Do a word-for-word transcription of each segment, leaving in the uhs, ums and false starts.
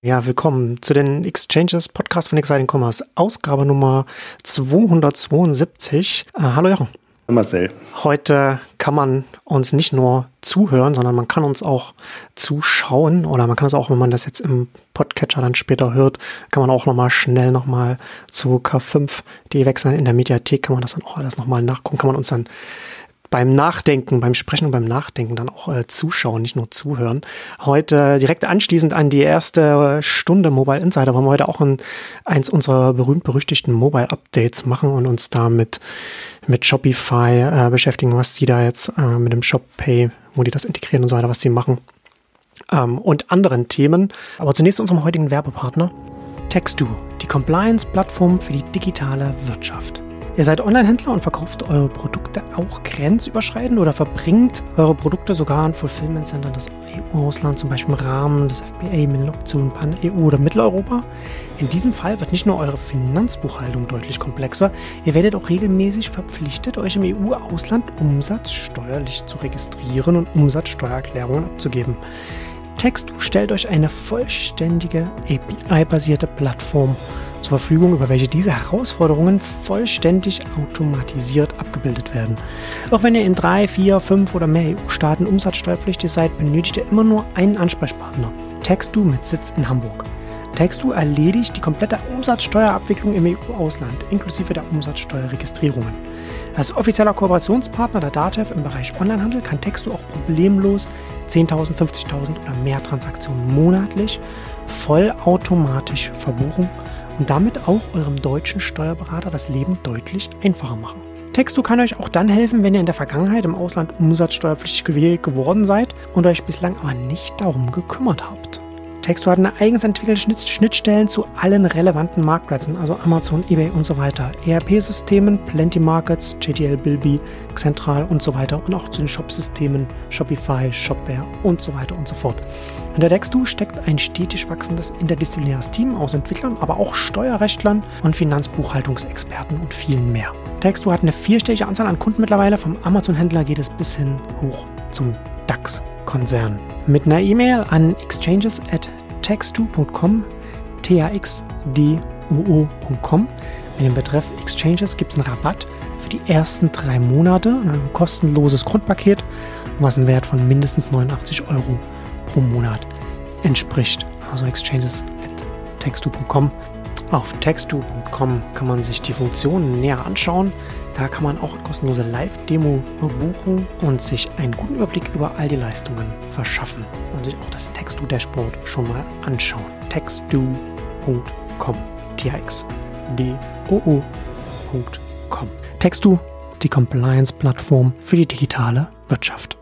Ja, willkommen zu den Exchanges Podcast von Exciting Commerce, Ausgabe Nummer zweihundertzweiundsiebzig. Äh, hallo Jochen. Marcel. Heute kann man uns nicht nur zuhören, sondern man kann uns auch zuschauen oder man kann es auch, wenn man das jetzt im Podcatcher dann später hört, kann man auch nochmal schnell nochmal zu K fünf, die wechseln in der Mediathek, kann man das dann auch alles nochmal nachgucken, kann man uns dann beim Nachdenken, beim Sprechen und beim Nachdenken dann auch äh, zuschauen, nicht nur zuhören. Heute direkt anschließend an die erste Stunde Mobile Insider wollen wir heute auch ein, eins unserer berühmt-berüchtigten Mobile-Updates machen und uns da mit, mit Shopify äh, beschäftigen, was die da jetzt äh, mit dem ShopPay, wo die das integrieren und so weiter, was die machen. Ähm, und anderen Themen. Aber zunächst zu unserem heutigen Werbepartner Textoo, die Compliance-Plattform für die digitale Wirtschaft. Ihr seid Online-Händler und verkauft eure Produkte auch grenzüberschreitend oder verbringt eure Produkte sogar an Fulfillment-Centern des E U-Auslands, zum Beispiel im Rahmen des F B A mit den Optionen Pan-E U oder Mitteleuropa. In diesem Fall wird nicht nur eure Finanzbuchhaltung deutlich komplexer, ihr werdet auch regelmäßig verpflichtet, euch im E U-Ausland umsatzsteuerlich zu registrieren und Umsatzsteuererklärungen abzugeben. Textoo stellt euch eine vollständige A P I-basierte Plattform zur Verfügung, über welche diese Herausforderungen vollständig automatisiert abgebildet werden. Auch wenn ihr in drei, vier, fünf oder mehr E U-Staaten umsatzsteuerpflichtig seid, benötigt ihr immer nur einen Ansprechpartner. Textoo mit Sitz in Hamburg. Textoo erledigt die komplette Umsatzsteuerabwicklung im E U-Ausland, inklusive der Umsatzsteuerregistrierungen. Als offizieller Kooperationspartner der DATEV im Bereich Onlinehandel kann Textoo auch problemlos zehntausend, fünfzigtausend oder mehr Transaktionen monatlich vollautomatisch verbuchen und damit auch eurem deutschen Steuerberater das Leben deutlich einfacher machen. Textoo kann euch auch dann helfen, wenn ihr in der Vergangenheit im Ausland umsatzsteuerpflichtig geworden seid und euch bislang aber nicht darum gekümmert habt. Textoo hat eine eigens entwickelte Schnittstellen zu allen relevanten Marktplätzen, also Amazon, eBay und so weiter, E R P-Systemen, Plenty Markets, J T L, Bilby, Xentral und so weiter und auch zu den Shop-Systemen, Shopify, Shopware und so weiter und so fort. Hinter Textoo steckt ein stetig wachsendes interdisziplinäres Team aus Entwicklern, aber auch Steuerrechtlern und Finanzbuchhaltungsexperten und vielen mehr. Textoo hat eine vierstellige Anzahl an Kunden mittlerweile, vom Amazon-Händler geht es bis hin hoch zum DAX-Konzern. Mit einer E-Mail an exchanges at textoo punkt com, T A X D O O punkt com. Mit dem Betreff Exchanges gibt es einen Rabatt für die ersten drei Monate und ein kostenloses Grundpaket, was einen Wert von mindestens neunundachtzig Euro pro Monat entspricht. Also exchanges at textoo punkt com. Auf textoo punkt com kann man sich die Funktionen näher anschauen. Da kann man auch eine kostenlose Live-Demo buchen und sich einen guten Überblick über all die Leistungen verschaffen und sich auch das Textoo-Dashboard schon mal anschauen. textoo punkt com. T A X D O O punkt com. Textoo, die Compliance-Plattform für die digitale Wirtschaft.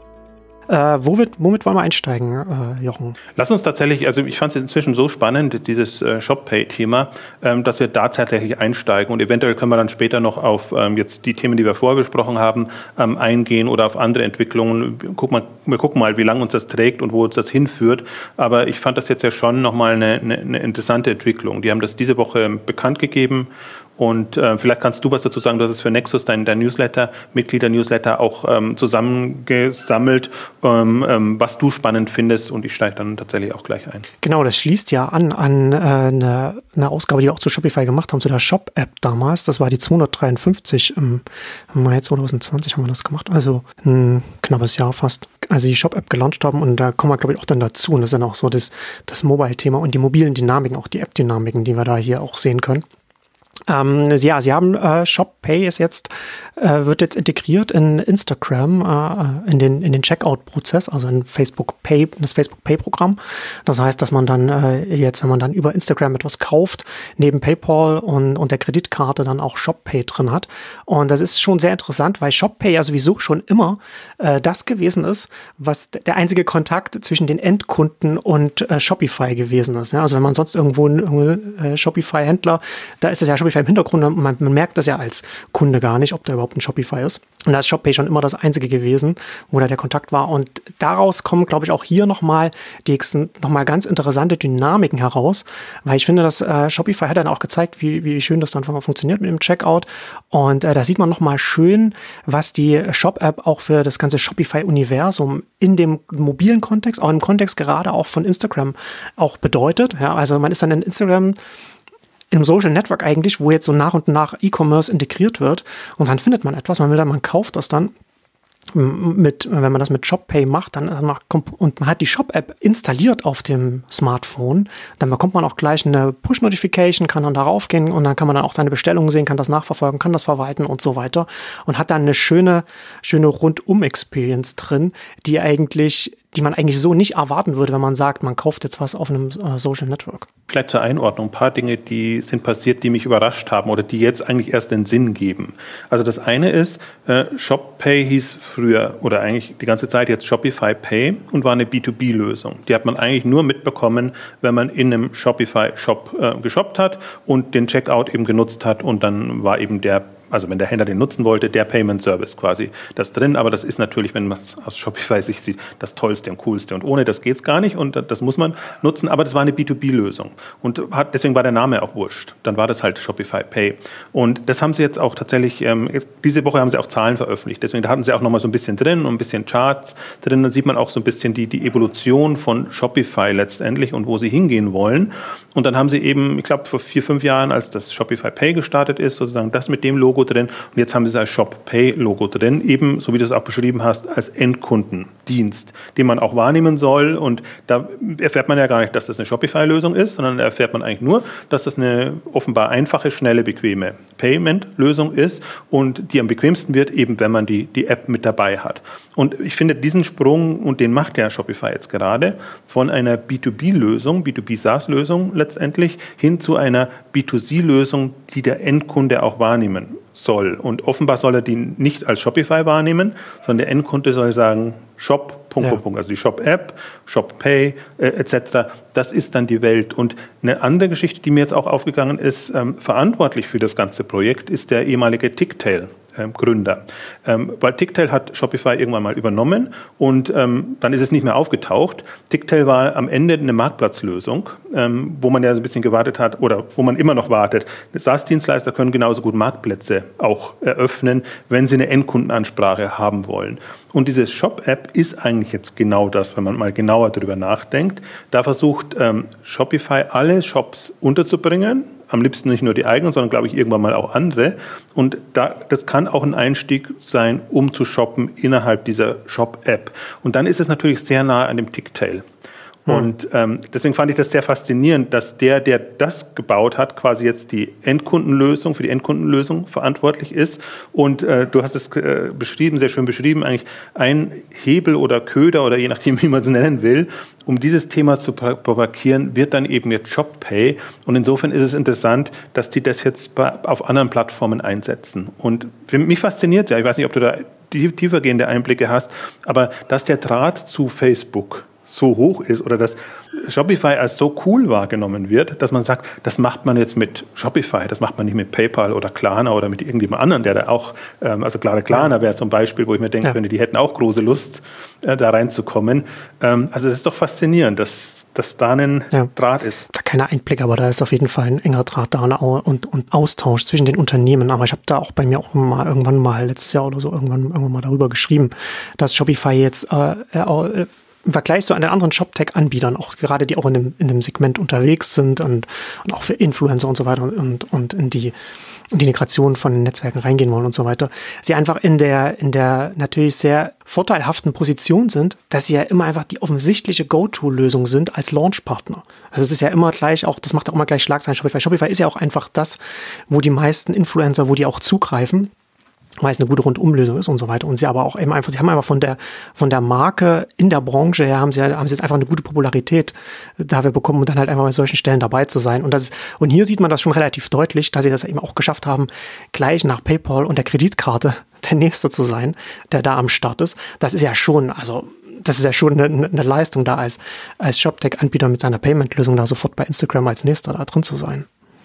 Äh, womit, womit wollen wir einsteigen, äh, Jochen? Lass uns tatsächlich, also ich fand es inzwischen so spannend, dieses äh, ShopPay-Thema, ähm, dass wir da tatsächlich einsteigen und eventuell können wir dann später noch auf ähm, jetzt die Themen, die wir vorher besprochen haben, ähm, eingehen oder auf andere Entwicklungen. Guck mal, wir gucken mal, wie lange uns das trägt und wo uns das hinführt. Aber ich fand das jetzt ja schon nochmal eine, eine, eine interessante Entwicklung. Die haben das diese Woche bekannt gegeben. Und äh, vielleicht kannst du was dazu sagen, du hast es für Nexus, dein, dein Newsletter, Mitglieder-Newsletter auch ähm, zusammengesammelt, ähm, ähm, was du spannend findest und ich steige dann tatsächlich auch gleich ein. Genau, das schließt ja an an äh, eine, eine Ausgabe, die wir auch zu Shopify gemacht haben, zu der Shop-App damals. Das war die zweihundertdreiundfünfzig, im Mai zwanzig zwanzig haben wir das gemacht, also ein knappes Jahr fast. Also die Shop-App gelauncht haben und da kommen wir, glaube ich, auch dann dazu und das ist dann auch so das, das Mobile-Thema und die mobilen Dynamiken, auch die App-Dynamiken, die wir da hier auch sehen können. Ähm, ja, sie haben äh, ShopPay ist jetzt äh, wird jetzt integriert in Instagram äh, in den in den Checkout-Prozess, also in Facebook Pay, das Facebook Pay-Programm. Das heißt, dass man dann äh, jetzt, wenn man dann über Instagram etwas kauft, neben PayPal und und der Kreditkarte dann auch ShopPay drin hat. Und das ist schon sehr interessant, weil ShopPay ja sowieso schon immer äh, das gewesen ist, was der einzige Kontakt zwischen den Endkunden und äh, Shopify gewesen ist. Ja? Also wenn man sonst irgendwo einen äh, Shopify-Händler, da ist es ja schon Shopify im Hintergrund, man, man merkt das ja als Kunde gar nicht, ob da überhaupt ein Shopify ist. Und da ist ShopPay schon immer das Einzige gewesen, wo da der Kontakt war. Und daraus kommen, glaube ich, auch hier nochmal die nochmal ganz interessante Dynamiken heraus, weil ich finde, dass äh, Shopify hat dann auch gezeigt, wie, wie schön das dann funktioniert mit dem Checkout. Und äh, da sieht man nochmal schön, was die Shop-App auch für das ganze Shopify-Universum in dem mobilen Kontext, auch im Kontext gerade auch von Instagram auch bedeutet. Ja, also man ist dann in Instagram im Social Network eigentlich, wo jetzt so nach und nach E-Commerce integriert wird und dann findet man etwas, man will dann, man kauft das dann mit, wenn man das mit ShopPay macht, dann macht, und man hat die Shop-App installiert auf dem Smartphone, dann bekommt man auch gleich eine Push-Notification, kann dann darauf gehen und dann kann man dann auch seine Bestellungen sehen, kann das nachverfolgen, kann das verwalten und so weiter und hat dann eine schöne, schöne Rundum-Experience drin, die eigentlich die man eigentlich so nicht erwarten würde, wenn man sagt, man kauft jetzt was auf einem äh, Social Network. Vielleicht zur Einordnung, ein paar Dinge, die sind passiert, die mich überrascht haben oder die jetzt eigentlich erst den Sinn geben. Also das eine ist, äh, ShopPay hieß früher oder eigentlich die ganze Zeit jetzt Shopify Pay und war eine B zwei B Lösung. Die hat man eigentlich nur mitbekommen, wenn man in einem Shopify-Shop äh, geshoppt hat und den Checkout eben genutzt hat und dann war eben der, also wenn der Händler den nutzen wollte, der Payment Service quasi das drin. Aber das ist natürlich, wenn man es aus Shopify-Sicht sieht, das Tollste und Coolste. Und ohne das geht's gar nicht und das muss man nutzen. Aber das war eine B zwei B Lösung. Und hat, deswegen war der Name auch wurscht. Dann war das halt Shopify Pay. Und das haben sie jetzt auch tatsächlich, ähm, jetzt, diese Woche haben sie auch Zahlen veröffentlicht. Deswegen da hatten sie auch nochmal so ein bisschen drin und ein bisschen Charts drin. Dann sieht man auch so ein bisschen die, die Evolution von Shopify letztendlich und wo sie hingehen wollen. Und dann haben sie eben, ich glaube, vor vier, fünf Jahren, als das Shopify Pay gestartet ist, sozusagen das mit dem Logo drin und jetzt haben sie das als ShopPay-Logo drin, eben, so wie du es auch beschrieben hast, als Endkundendienst, den man auch wahrnehmen soll und da erfährt man ja gar nicht, dass das eine Shopify-Lösung ist, sondern da erfährt man eigentlich nur, dass das eine offenbar einfache, schnelle, bequeme Payment-Lösung ist und die am bequemsten wird, eben wenn man die, die App mit dabei hat. Und ich finde diesen Sprung, und den macht ja Shopify jetzt gerade, von einer B zwei B Lösung, B zwei B SaaS-Lösung letztendlich, hin zu einer B zwei C Lösung, die der Endkunde auch wahrnehmen soll. Und offenbar soll er die nicht als Shopify wahrnehmen, sondern der Endkunde soll sagen, Shop, Punkt, ja. Punkt, also die Shop-App, Shop-Pay äh, et cetera. Das ist dann die Welt. Und eine andere Geschichte, die mir jetzt auch aufgegangen ist, ähm, verantwortlich für das ganze Projekt, ist der ehemalige Ticktail. Gründer. Ähm, weil Ticktail hat Shopify irgendwann mal übernommen und ähm, dann ist es nicht mehr aufgetaucht. Ticktail war am Ende eine Marktplatzlösung, ähm, wo man ja so ein bisschen gewartet hat oder wo man immer noch wartet. SaaS-Dienstleister können genauso gut Marktplätze auch eröffnen, wenn sie eine Endkundenansprache haben wollen. Und diese Shop-App ist eigentlich jetzt genau das, wenn man mal genauer darüber nachdenkt. Da versucht ähm, Shopify alle Shops unterzubringen, am liebsten nicht nur die eigenen, sondern glaube ich irgendwann mal auch andere. Und da, das kann auch ein Einstieg sein, um zu shoppen innerhalb dieser Shop-App. Und dann ist es natürlich sehr nah an dem Ticktail. Und ähm, deswegen fand ich das sehr faszinierend, dass der, der das gebaut hat, quasi jetzt die Endkundenlösung, für die Endkundenlösung verantwortlich ist. Und äh, du hast es äh, beschrieben, sehr schön beschrieben, eigentlich ein Hebel oder Köder oder je nachdem, wie man es nennen will, um dieses Thema zu propagieren, wird dann eben jetzt ShopPay. Und insofern ist es interessant, dass die das jetzt bei, auf anderen Plattformen einsetzen. Und für mich fasziniert ja, ich weiß nicht, ob du da tiefergehende Einblicke hast, aber dass der Draht zu Facebook so hoch ist oder dass Shopify als so cool wahrgenommen wird, dass man sagt, das macht man jetzt mit Shopify, das macht man nicht mit PayPal oder Klarna oder mit irgendjemand anderen, der da auch, also klar, Klarna wäre so ein Beispiel, wo ich mir denken ja. könnte, die hätten auch große Lust, da reinzukommen. Also es ist doch faszinierend, dass dass da ein ja. Draht ist. Da keine Einblicke, aber da ist auf jeden Fall ein enger Draht da und, und Austausch zwischen den Unternehmen. Aber ich habe da auch bei mir auch mal irgendwann mal, letztes Jahr oder so, irgendwann, irgendwann mal darüber geschrieben, dass Shopify jetzt äh, äh, im Vergleich zu den anderen Shop-Tech-Anbietern, auch gerade die auch in dem, in dem Segment unterwegs sind und, und auch für Influencer und so weiter und, und in die, in die Integration von Netzwerken reingehen wollen und so weiter, sie einfach in der, in der natürlich sehr vorteilhaften Position sind, dass sie ja immer einfach die offensichtliche Go-To-Lösung sind als Launch-Partner. Also es ist ja immer gleich auch, das macht auch immer gleich Schlagzeilen Shopify. Shopify ist ja auch einfach das, wo die meisten Influencer, wo die auch zugreifen, meist eine gute Rundumlösung ist und so weiter. Und sie aber auch eben einfach, sie haben einfach von der, von der Marke in der Branche her, haben sie, haben sie jetzt einfach eine gute Popularität dafür bekommen und dann halt einfach bei solchen Stellen dabei zu sein. Und das ist, und hier sieht man das schon relativ deutlich, dass sie das eben auch geschafft haben, gleich nach PayPal und der Kreditkarte der Nächste zu sein, der da am Start ist. Das ist ja schon, also, das ist ja schon eine, eine Leistung da als, als ShopTech-Anbieter mit seiner Payment-Lösung da sofort bei Instagram als Nächster da drin zu sein.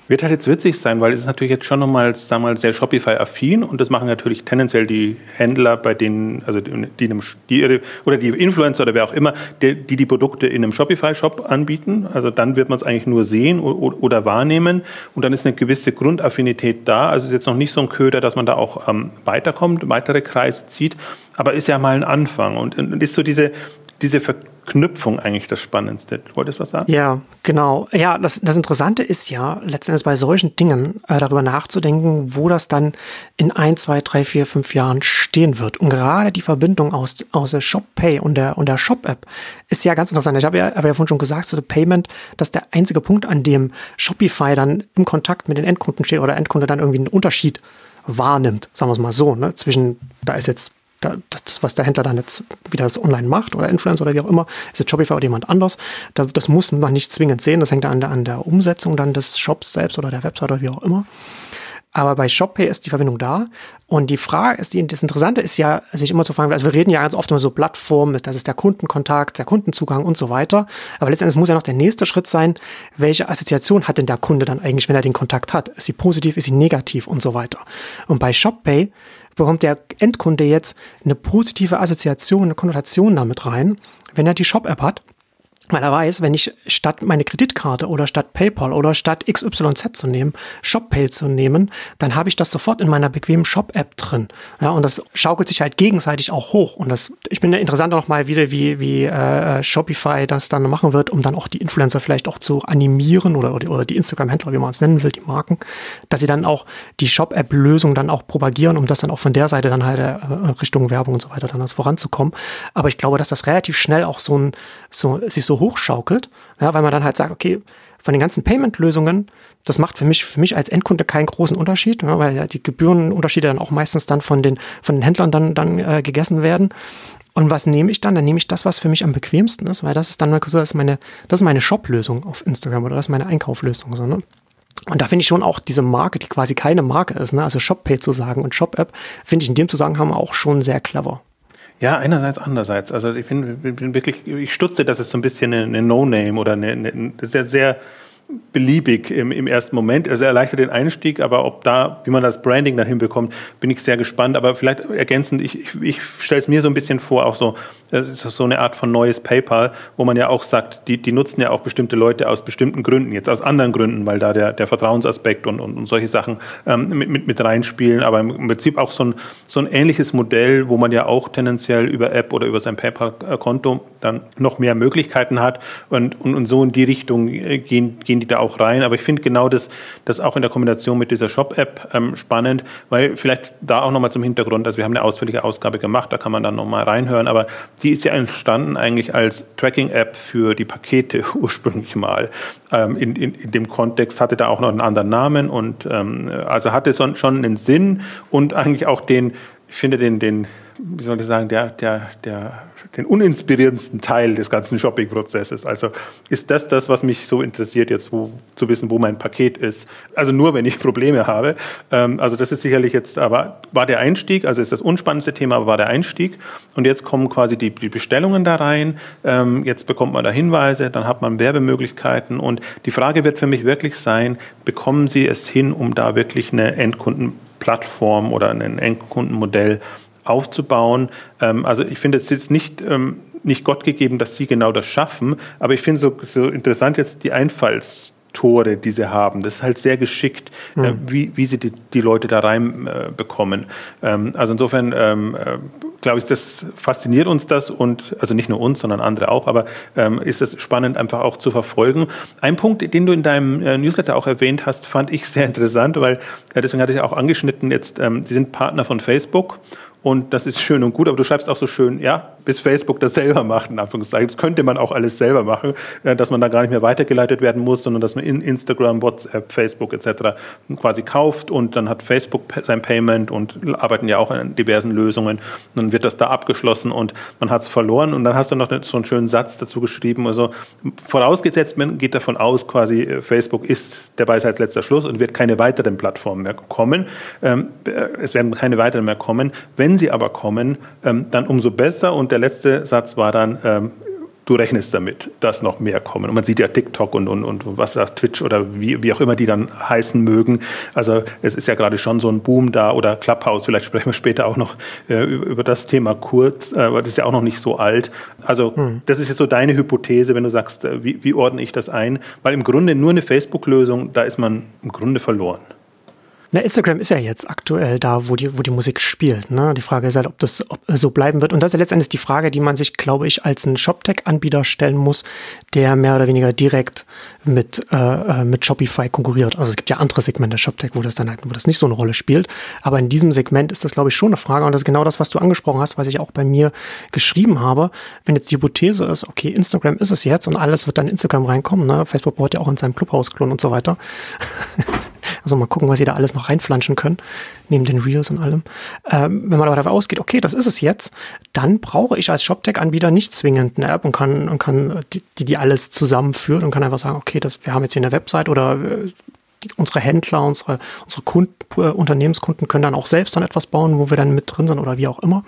Wird halt jetzt witzig sein, weil es ist natürlich jetzt schon nochmal, sagen wir mal, sehr Shopify-affin und das machen natürlich tendenziell die Händler, bei denen, also die, die, die oder die Influencer oder wer auch immer, die die, die Produkte in einem Shopify-Shop anbieten. Also dann wird man es eigentlich nur sehen oder, oder wahrnehmen und dann ist eine gewisse Grundaffinität da. Also es ist jetzt noch nicht so ein Köder, dass man da auch ähm, weiterkommt, weitere Kreise zieht, aber ist ja mal ein Anfang und, und ist so diese, diese Verknüpfung eigentlich das Spannendste. Du wolltest was sagen? Ja, genau. Ja, das, das Interessante ist ja, letzten Endes bei solchen Dingen äh, darüber nachzudenken, wo das dann in ein, zwei, drei, vier, fünf Jahren stehen wird. Und gerade die Verbindung aus, aus der ShopPay und der, und der Shop-App ist ja ganz interessant. Ich habe ja, habe ja vorhin schon gesagt, so der Payment, dass der einzige Punkt, an dem Shopify dann im Kontakt mit den Endkunden steht oder der Endkunde dann irgendwie einen Unterschied wahrnimmt, sagen wir es mal so, ne, zwischen, da ist jetzt das, was der Händler dann jetzt wieder das online macht oder Influencer oder wie auch immer, ist jetzt Shopify oder jemand anders. Das muss man nicht zwingend sehen. Das hängt an der, an der Umsetzung dann des Shops selbst oder der Website oder wie auch immer. Aber bei ShopPay ist die Verbindung da. Und die Frage ist, die, das Interessante ist ja, sich immer zu fragen, also wir reden ja ganz oft immer so Plattformen, das ist der Kundenkontakt, der Kundenzugang und so weiter. Aber letztendlich muss ja noch der nächste Schritt sein, welche Assoziation hat denn der Kunde dann eigentlich, wenn er den Kontakt hat? Ist sie positiv, ist sie negativ und so weiter. Und bei ShopPay bekommt der Endkunde jetzt eine positive Assoziation, eine Konnotation damit rein, wenn er die Shop-App hat. Weil er weiß, wenn ich statt meine Kreditkarte oder statt PayPal oder statt X Y Z zu nehmen, ShopPay zu nehmen, dann habe ich das sofort in meiner bequemen Shop-App drin. Ja, und das schaukelt sich halt gegenseitig auch hoch. Und das, ich bin interessanter noch mal wieder, wie, wie äh, Shopify das dann machen wird, um dann auch die Influencer vielleicht auch zu animieren oder, oder die Instagram-Händler, wie man es nennen will, die Marken, dass sie dann auch die Shop-App-Lösung dann auch propagieren, um das dann auch von der Seite dann halt äh, Richtung Werbung und so weiter dann das voranzukommen. Aber ich glaube, dass das relativ schnell auch so ein, so, sich so hochschaukelt, ja, weil man dann halt sagt, okay, von den ganzen Payment-Lösungen, das macht für mich, für mich als Endkunde keinen großen Unterschied, ja, weil ja die Gebührenunterschiede dann auch meistens dann von den, von den Händlern dann, dann äh, gegessen werden. Und was nehme ich dann? Dann nehme ich das, was für mich am bequemsten ist, weil das ist dann mal so, das ist meine, das ist meine Shop-Lösung auf Instagram oder das ist meine Einkauflösung, so, ne? Und da finde ich schon auch diese Marke, die quasi keine Marke ist, ne? Also ShopPay zu sagen und ShopApp, finde ich in dem Zusammenhang auch schon sehr clever. Ja, einerseits, andererseits. Also ich bin, bin wirklich, ich stutze, dass es so ein bisschen eine, eine No-Name oder eine, eine sehr, sehr beliebig im, im ersten Moment. Also erleichtert den Einstieg, aber ob da, wie man das Branding dann hinbekommt, bin ich sehr gespannt. Aber vielleicht ergänzend, ich, ich, ich stelle es mir so ein bisschen vor, auch so, das ist so eine Art von neues PayPal, wo man ja auch sagt, die, die nutzen ja auch bestimmte Leute aus bestimmten Gründen, jetzt aus anderen Gründen, weil da der, der Vertrauensaspekt und, und, und solche Sachen ähm, mit, mit, mit reinspielen. Aber im Prinzip auch so ein, so ein ähnliches Modell, wo man ja auch tendenziell über App oder über sein PayPal-Konto dann noch mehr Möglichkeiten hat und, und, und so in die Richtung gehen, gehen die da auch rein. Aber ich finde genau das, das auch in der Kombination mit dieser Shop-App ähm, spannend, weil vielleicht da auch nochmal zum Hintergrund, also wir haben eine ausführliche Ausgabe gemacht, da kann man dann nochmal reinhören, aber die ist ja entstanden eigentlich als Tracking-App für die Pakete ursprünglich mal. Ähm, in, in, in dem Kontext hatte da auch noch einen anderen Namen und ähm, also hatte so, schon einen Sinn und eigentlich auch den, ich finde den, den wie soll ich sagen, der, der, der, den uninspirierendsten Teil des ganzen Shopping-Prozesses. Also ist das das, was mich so interessiert, jetzt wo, zu wissen, wo mein Paket ist. Also nur, wenn ich Probleme habe. Ähm, also das ist sicherlich jetzt, aber war der Einstieg, also ist das unspannendste Thema, aber war der Einstieg. Und jetzt kommen quasi die, die Bestellungen da rein. Ähm, jetzt bekommt man da Hinweise, dann hat man Werbemöglichkeiten. Und die Frage wird für mich wirklich sein, bekommen Sie es hin, um da wirklich eine Endkundenplattform oder ein Endkundenmodell aufzubauen. Also ich finde, es ist nicht, nicht Gott gegeben, dass sie genau das schaffen, aber ich finde so, so interessant jetzt die Einfallstore, die sie haben. Das ist halt sehr geschickt, mhm. wie, wie sie die, die Leute da rein äh, bekommen. Ähm, also insofern ähm, äh, glaube ich, das fasziniert uns das und, also nicht nur uns, sondern andere auch, aber ähm, ist es spannend einfach auch zu verfolgen. Ein Punkt, den du in deinem äh, Newsletter auch erwähnt hast, fand ich sehr interessant, weil, äh, deswegen hatte ich auch angeschnitten, jetzt, ähm, sie sind Partner von Facebook. Und das ist schön und gut, aber du schreibst auch so schön, ja, bis Facebook das selber macht, in Anführungszeichen. Das könnte man auch alles selber machen, dass man da gar nicht mehr weitergeleitet werden muss, sondern dass man in Instagram, WhatsApp, Facebook et cetera quasi kauft und dann hat Facebook sein Payment und arbeiten ja auch an diversen Lösungen. Und dann wird das da abgeschlossen und man hat es verloren. Und dann hast du noch so einen schönen Satz dazu geschrieben, also vorausgesetzt, man geht davon aus, quasi Facebook ist der Weisheitsletzter Schluss und wird keine weiteren Plattformen mehr kommen. Es werden keine weiteren mehr kommen. Wenn sie aber kommen, dann umso besser. Und der letzte Satz war dann, ähm, du rechnest damit, dass noch mehr kommen. Und man sieht ja TikTok und, und, und was sagt Twitch oder wie, wie auch immer die dann heißen mögen. Also es ist ja gerade schon so ein Boom da oder Clubhouse, vielleicht sprechen wir später auch noch äh, über, über das Thema kurz, äh, aber das ist ja auch noch nicht so alt. Also hm. das ist jetzt so deine Hypothese, wenn du sagst, äh, wie, wie ordne ich das ein? Weil im Grunde nur eine Facebook-Lösung, da ist man im Grunde verloren. Na, Instagram ist ja jetzt aktuell da, wo die, wo die Musik spielt. Ne? Die Frage ist halt, ob das ob so bleiben wird. Und das ist ja letztendlich die Frage, die man sich, glaube ich, als ein ShopTech-Anbieter stellen muss, der mehr oder weniger direkt mit, äh, mit Shopify konkurriert. Also es gibt ja andere Segmente ShopTech, wo das dann halt, wo das nicht so eine Rolle spielt. Aber in diesem Segment ist das, glaube ich, schon eine Frage. Und das ist genau das, was du angesprochen hast, was ich auch bei mir geschrieben habe. Wenn jetzt die Hypothese ist, okay, Instagram ist es jetzt und alles wird dann in Instagram reinkommen. Ne? Facebook baut ja auch in seinem Clubhouse-Klon und so weiter. Also mal gucken, was sie da alles noch reinflanschen können, neben den Reels und allem. Ähm, wenn man aber davon ausgeht, okay, das ist es jetzt, dann brauche ich als ShopTech-Anbieter nicht zwingend eine App und kann, und kann die, die alles zusammenführt und kann einfach sagen, okay, das, wir haben jetzt hier eine Website oder äh, die, unsere Händler, unsere, unsere Kunden, äh, Unternehmenskunden können dann auch selbst dann etwas bauen, wo wir dann mit drin sind oder wie auch immer.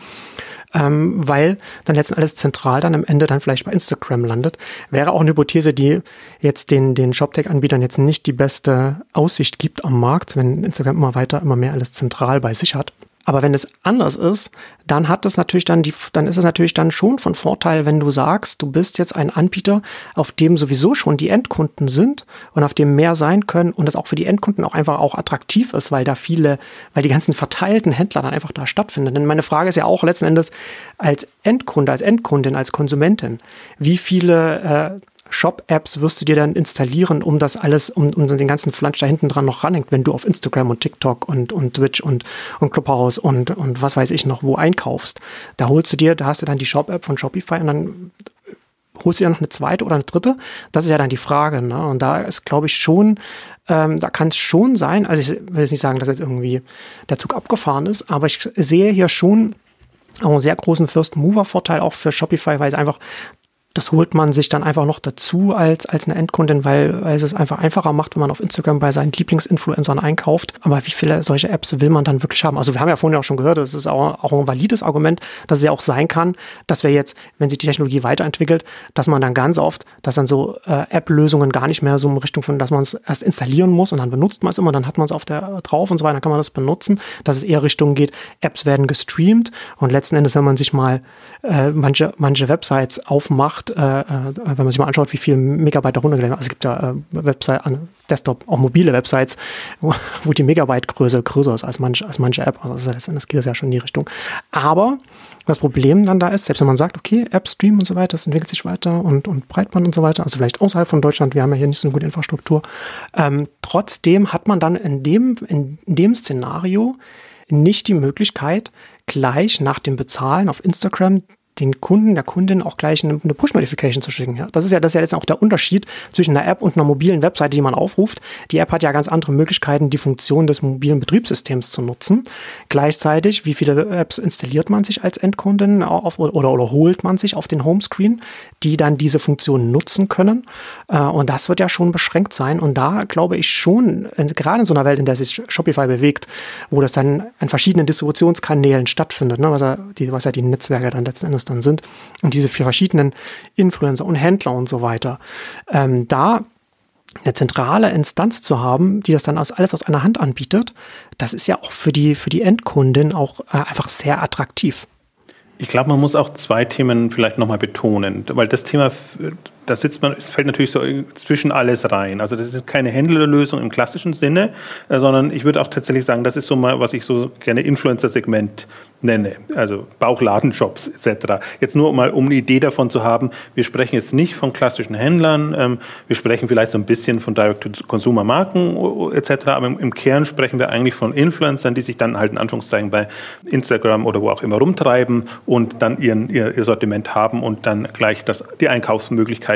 Ähm, weil dann letztendlich alles zentral dann am Ende dann vielleicht bei Instagram landet. Wäre auch eine Hypothese, die jetzt den, den ShopTech-Anbietern jetzt nicht die beste Aussicht gibt am Markt, wenn Instagram immer weiter, immer mehr alles zentral bei sich hat. Aber wenn es anders ist, dann hat das natürlich dann die, dann ist es natürlich dann schon von Vorteil, wenn du sagst, du bist jetzt ein Anbieter, auf dem sowieso schon die Endkunden sind und auf dem mehr sein können und das auch für die Endkunden auch einfach auch attraktiv ist, weil da viele, weil die ganzen verteilten Händler dann einfach da stattfinden. Denn meine Frage ist ja auch letzten Endes als Endkunde, als Endkundin, als Konsumentin, wie viele äh, Shop-Apps wirst du dir dann installieren, um das alles, um, um den ganzen Flansch da hinten dran noch ranhängt, wenn du auf Instagram und TikTok und, und Twitch und, und Clubhouse und, und was weiß ich noch wo einkaufst. Da holst du dir, da hast du dann die Shop-App von Shopify und dann holst du dir noch eine zweite oder eine dritte. Das ist ja dann die Frage, ne? Und da ist, glaube ich, schon, ähm, da kann es schon sein, also ich will jetzt nicht sagen, dass jetzt irgendwie der Zug abgefahren ist, aber ich sehe hier schon auch einen sehr großen First-Mover-Vorteil auch für Shopify, weil es einfach das holt man sich dann einfach noch dazu als, als eine Endkundin, weil, weil es es einfach einfacher macht, wenn man auf Instagram bei seinen Lieblingsinfluencern einkauft. Aber wie viele solche Apps will man dann wirklich haben? Also wir haben ja vorhin auch schon gehört, das ist auch, auch ein valides Argument, dass es ja auch sein kann, dass wir jetzt, wenn sich die Technologie weiterentwickelt, dass man dann ganz oft, dass dann so äh, App-Lösungen gar nicht mehr so in Richtung von, dass man es erst installieren muss und dann benutzt man es immer, dann hat man es auf der drauf und so weiter, dann kann man das benutzen, dass es eher Richtung geht, Apps werden gestreamt und letzten Endes, wenn man sich mal äh, manche, manche Websites aufmacht, Äh, wenn man sich mal anschaut, wie viel Megabyte da runtergeladen wird. Also es gibt ja äh, Website, an Desktop, auch mobile Websites, wo, wo die Megabyte-Größe größer ist als manche, als manche App. Also das, das geht das ja schon in die Richtung. Aber das Problem dann da ist, selbst wenn man sagt, okay, App, Stream und so weiter, das entwickelt sich weiter und, und Breitband und so weiter, also vielleicht außerhalb von Deutschland, wir haben ja hier nicht so eine gute Infrastruktur. Ähm, trotzdem hat man dann in dem, in, in dem Szenario nicht die Möglichkeit, gleich nach dem Bezahlen auf Instagram den Kunden, der Kundin auch gleich eine, eine Push-Notification zu schicken. Ja? Das ist ja, das ist ja jetzt auch der Unterschied zwischen einer App und einer mobilen Webseite, die man aufruft. Die App hat ja ganz andere Möglichkeiten, die Funktion des mobilen Betriebssystems zu nutzen. Gleichzeitig, wie viele Apps installiert man sich als Endkundin auf, oder, oder holt man sich auf den Homescreen, die dann diese Funktion nutzen können. Und das wird ja schon beschränkt sein. Und da glaube ich schon, gerade in so einer Welt, in der sich Shopify bewegt, wo das dann an verschiedenen Distributionskanälen stattfindet, ne, was, ja die, was ja die Netzwerke dann letzten Endes dann sind und diese vier verschiedenen Influencer und Händler und so weiter, ähm, da eine zentrale Instanz zu haben, die das dann aus, alles aus einer Hand anbietet, das ist ja auch für die, für die Endkundin auch äh, einfach sehr attraktiv. Ich glaube, man muss auch zwei Themen vielleicht nochmal betonen, weil das Thema, da sitzt man, es fällt natürlich so zwischen alles rein. Also das ist keine Händlerlösung im klassischen Sinne, sondern ich würde auch tatsächlich sagen, das ist so mal, was ich so gerne Influencer-Segment nenne, also Bauchladenjobs et cetera. Jetzt nur mal, um eine Idee davon zu haben, wir sprechen jetzt nicht von klassischen Händlern, ähm, wir sprechen vielleicht so ein bisschen von Direct-to-Consumer-Marken et cetera, aber im, im Kern sprechen wir eigentlich von Influencern, die sich dann halt in Anführungszeichen bei Instagram oder wo auch immer rumtreiben und dann ihren, ihr, ihr Sortiment haben und dann gleich das, die Einkaufsmöglichkeit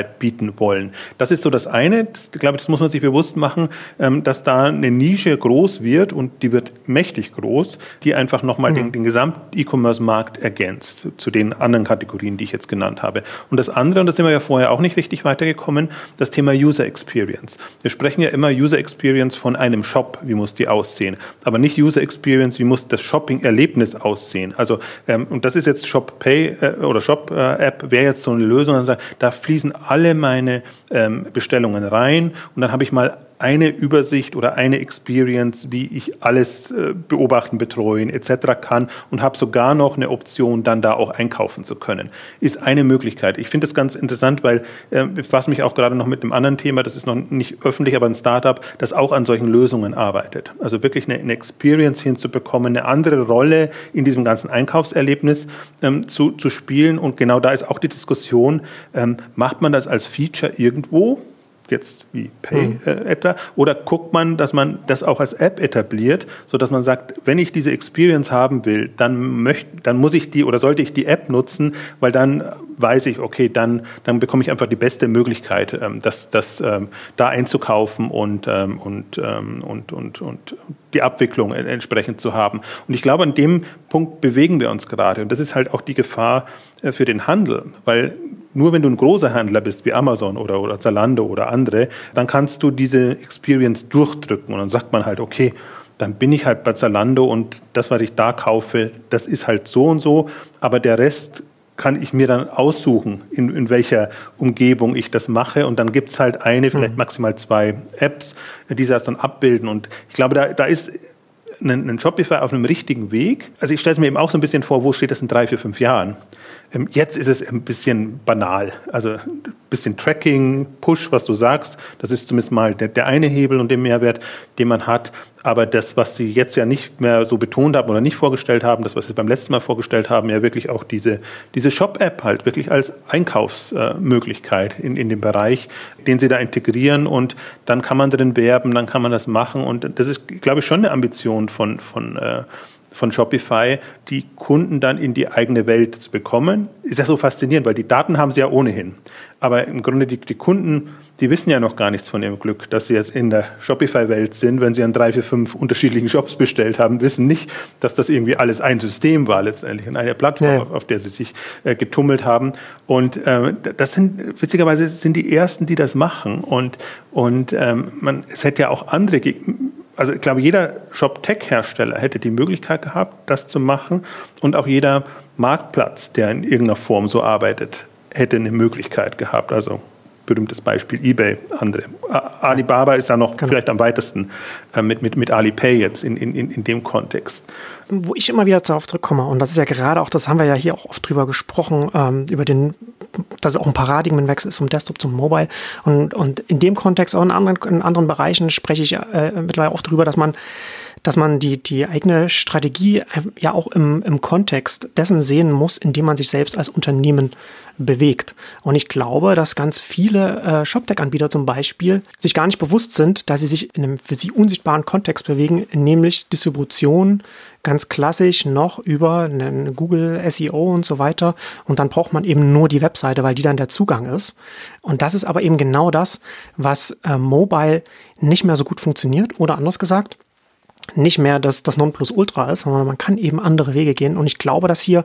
Möglichkeit bieten wollen. Das ist so das eine. Das, ich glaube, das muss man sich bewusst machen, ähm, dass da eine Nische groß wird und die wird mächtig groß, die einfach nochmal mhm. den, den Gesamt-E-Commerce-Markt ergänzt zu den anderen Kategorien, die ich jetzt genannt habe. Und das andere, und da sind wir ja vorher auch nicht richtig weitergekommen, das Thema User Experience. Wir sprechen ja immer User Experience von einem Shop, wie muss die aussehen, aber nicht User Experience, wie muss das Shopping-Erlebnis aussehen. Also, ähm, und das ist jetzt Shop Pay äh, oder Shop äh, App, wäre jetzt so eine Lösung, und sagt, da fließen alle meine ähm, Bestellungen rein und dann habe ich mal eine Übersicht oder eine Experience, wie ich alles äh, beobachten, betreuen et cetera kann und habe sogar noch eine Option, dann da auch einkaufen zu können. Ist eine Möglichkeit. Ich finde das ganz interessant, weil äh, ich befasse mich auch gerade noch mit einem anderen Thema, das ist noch nicht öffentlich, aber ein Startup, das auch an solchen Lösungen arbeitet. Also wirklich eine, eine Experience hinzubekommen, eine andere Rolle in diesem ganzen Einkaufserlebnis ähm, zu, zu spielen. Und genau da ist auch die Diskussion, ähm, macht man das als Feature irgendwo, jetzt wie Pay mhm. äh, etwa, oder guckt man, dass man das auch als App etabliert, sodass man sagt, wenn ich diese Experience haben will, dann möchte, dann muss ich die oder sollte ich die App nutzen, weil dann weiß ich, okay, dann, dann bekomme ich einfach die beste Möglichkeit, ähm, das, das ähm, da einzukaufen und, ähm, und, ähm, und, und, und die Abwicklung entsprechend zu haben. Und ich glaube, an dem Punkt bewegen wir uns gerade. Und das ist halt auch die Gefahr äh, für den Handel, weil nur wenn du ein großer Händler bist, wie Amazon oder, oder Zalando oder andere, dann kannst du diese Experience durchdrücken und dann sagt man halt, okay, dann bin ich halt bei Zalando und das, was ich da kaufe, das ist halt so und so, aber der Rest kann ich mir dann aussuchen, in, in welcher Umgebung ich das mache und dann gibt es halt eine, vielleicht maximal zwei Apps, die das dann abbilden und ich glaube, da, da ist ein, ein Shopify auf einem richtigen Weg. Also ich stelle es mir eben auch so ein bisschen vor, wo steht das in drei, vier, fünf Jahren? Jetzt ist es ein bisschen banal, also ein bisschen Tracking, Push, was du sagst, das ist zumindest mal der, der eine Hebel und der Mehrwert, den man hat, aber das, was sie jetzt ja nicht mehr so betont haben oder nicht vorgestellt haben, das, was sie beim letzten Mal vorgestellt haben, ja wirklich auch diese, diese Shop-App halt wirklich als Einkaufsmöglichkeit in, in dem Bereich, den sie da integrieren und dann kann man drin werben, dann kann man das machen und das ist, glaube ich, schon eine Ambition von, von äh, von Shopify, die Kunden dann in die eigene Welt zu bekommen. Ist ja so faszinierend, weil die Daten haben sie ja ohnehin. Aber im Grunde die, die Kunden, die wissen ja noch gar nichts von ihrem Glück, dass sie jetzt in der Shopify-Welt sind. Wenn sie an drei, vier, fünf unterschiedlichen Shops bestellt haben, wissen nicht, dass das irgendwie alles ein System war letztendlich und eine Plattform, ja. auf, auf der sie sich äh, getummelt haben. Und äh, das sind, witzigerweise sind die Ersten, die das machen. Und, und ähm, man, es hätte ja auch andere ge- Also ich glaube, jeder Shop-Tech-Hersteller hätte die Möglichkeit gehabt, das zu machen und auch jeder Marktplatz, der in irgendeiner Form so arbeitet, hätte eine Möglichkeit gehabt. Also berühmtes Beispiel eBay, andere. Alibaba ist da noch genau. vielleicht am weitesten äh, mit, mit, mit Alipay jetzt in, in, in dem Kontext. Wo ich immer wieder darauf zurückkomme, und das ist ja gerade auch, das haben wir ja hier auch oft drüber gesprochen, ähm, über den, dass es auch ein Paradigmenwechsel ist vom Desktop zum Mobile. Und, und in dem Kontext, auch in anderen, in anderen Bereichen, spreche ich äh, mittlerweile auch drüber, dass man dass man die, die eigene Strategie ja auch im, im Kontext dessen sehen muss, in dem man sich selbst als Unternehmen bewegt. Und ich glaube, dass ganz viele äh, ShopTech-Anbieter zum Beispiel sich gar nicht bewusst sind, dass sie sich in einem für sie unsichtbaren Kontext bewegen, nämlich Distribution, ganz klassisch noch über einen Google S E O und so weiter. Und dann braucht man eben nur die Webseite, weil die dann der Zugang ist. Und das ist aber eben genau das, was äh, Mobile nicht mehr so gut funktioniert. Oder anders gesagt, nicht mehr das, das Nonplusultra ist, sondern man kann eben andere Wege gehen. Und ich glaube, dass hier,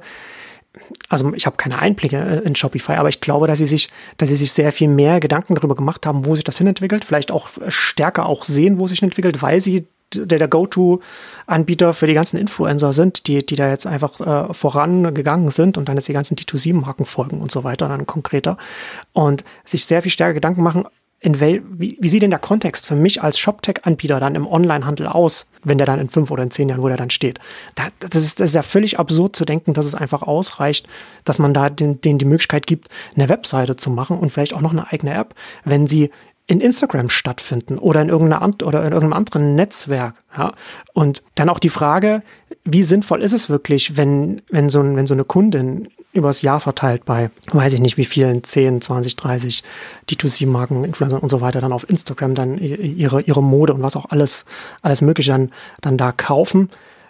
also ich habe keine Einblicke in Shopify, aber ich glaube, dass sie sich, dass sie sich sehr viel mehr Gedanken darüber gemacht haben, wo sich das hinentwickelt, vielleicht auch stärker auch sehen, wo sich entwickelt, weil sie der, der Go-To-Anbieter für die ganzen Influencer sind, die, die da jetzt einfach äh, vorangegangen sind und dann jetzt die ganzen D zwei C Marken folgen und so weiter, dann konkreter. Und sich sehr viel stärker Gedanken machen, in wel, wie, wie sieht denn der Kontext für mich als ShopTech-Anbieter dann im Onlinehandel aus, wenn der dann in fünf oder in zehn Jahren, wo der dann steht? Da, das, ist, das ist ja völlig absurd zu denken, dass es einfach ausreicht, dass man da den, denen die Möglichkeit gibt, eine Webseite zu machen und vielleicht auch noch eine eigene App, wenn sie in Instagram stattfinden oder in irgendeiner oder in irgendeinem anderen Netzwerk. Ja? Und dann auch die Frage, wie sinnvoll ist es wirklich, wenn, wenn, so, ein, wenn so eine Kundin übers Jahr verteilt bei, weiß ich nicht wie vielen, zehn, zwanzig, dreißig D zwei C Marken, Influencern und so weiter, dann auf Instagram dann ihre, ihre Mode und was auch alles, alles Mögliche dann, dann da kaufen.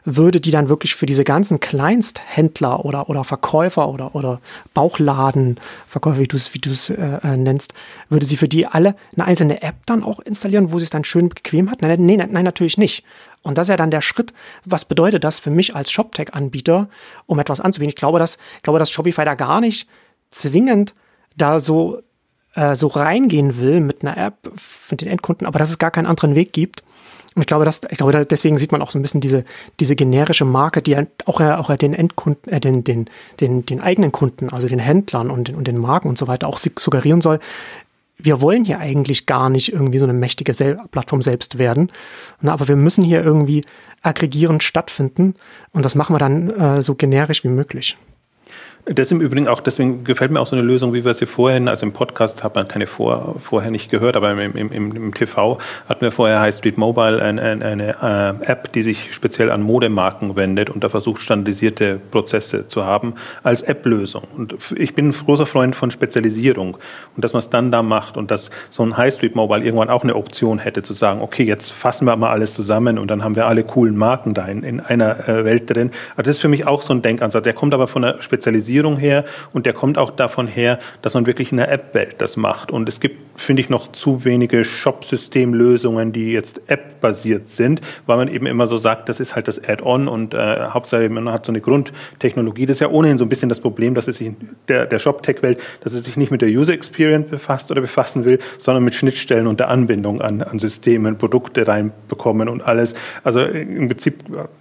würde, die dann wirklich für diese ganzen Kleinsthändler oder, oder Verkäufer oder, oder Bauchladenverkäufer, wie du es wie du es äh, nennst, würde sie für die alle eine einzelne App dann auch installieren, wo sie es dann schön bequem hat? Nein, nein, nein, natürlich nicht. Und das ist ja dann der Schritt, was bedeutet das für mich als ShopTech-Anbieter, um etwas anzubieten? Ich glaube, dass, ich glaube, dass Shopify da gar nicht zwingend da so, äh, so reingehen will mit einer App für den Endkunden, aber dass es gar keinen anderen Weg gibt. Und ich glaube, dass, ich glaube, deswegen sieht man auch so ein bisschen diese, diese generische Marke, die auch, auch den Endkunden, äh, den, den, den, den eigenen Kunden, also den Händlern und den, und den Marken und so weiter auch suggerieren soll. Wir wollen hier eigentlich gar nicht irgendwie so eine mächtige Sel- Plattform selbst werden, na, aber wir müssen hier irgendwie aggregierend stattfinden und das machen wir dann äh, so generisch wie möglich. Das im Übrigen auch, deswegen gefällt mir auch so eine Lösung, wie wir sie vorhin, also im Podcast hat man keine vor, vorher nicht gehört, aber im, im, im, im T V hatten wir vorher High Street Mobile eine, eine, eine äh, App, die sich speziell an Modemarken wendet und da versucht, standardisierte Prozesse zu haben als App-Lösung. Und ich bin ein großer Freund von Spezialisierung und dass man es dann da macht und dass so ein High Street Mobile irgendwann auch eine Option hätte, zu sagen, okay, jetzt fassen wir mal alles zusammen und dann haben wir alle coolen Marken da in, in einer äh, Welt drin. Also das ist für mich auch so ein Denkansatz. Der kommt aber von einer Spezialisierung her und der kommt auch davon her, dass man wirklich in der App-Welt das macht. Und es gibt, finde ich, noch zu wenige Shop-System-Lösungen, die jetzt App-basiert sind, weil man eben immer so sagt, das ist halt das Add-on und äh, Hauptsache man hat so eine Grundtechnologie. Das ist ja ohnehin so ein bisschen das Problem, dass es sich der, der Shop-Tech-Welt, dass es sich nicht mit der User-Experience befasst oder befassen will, sondern mit Schnittstellen und der Anbindung an, an Systemen, Produkte reinbekommen und alles. Also im Prinzip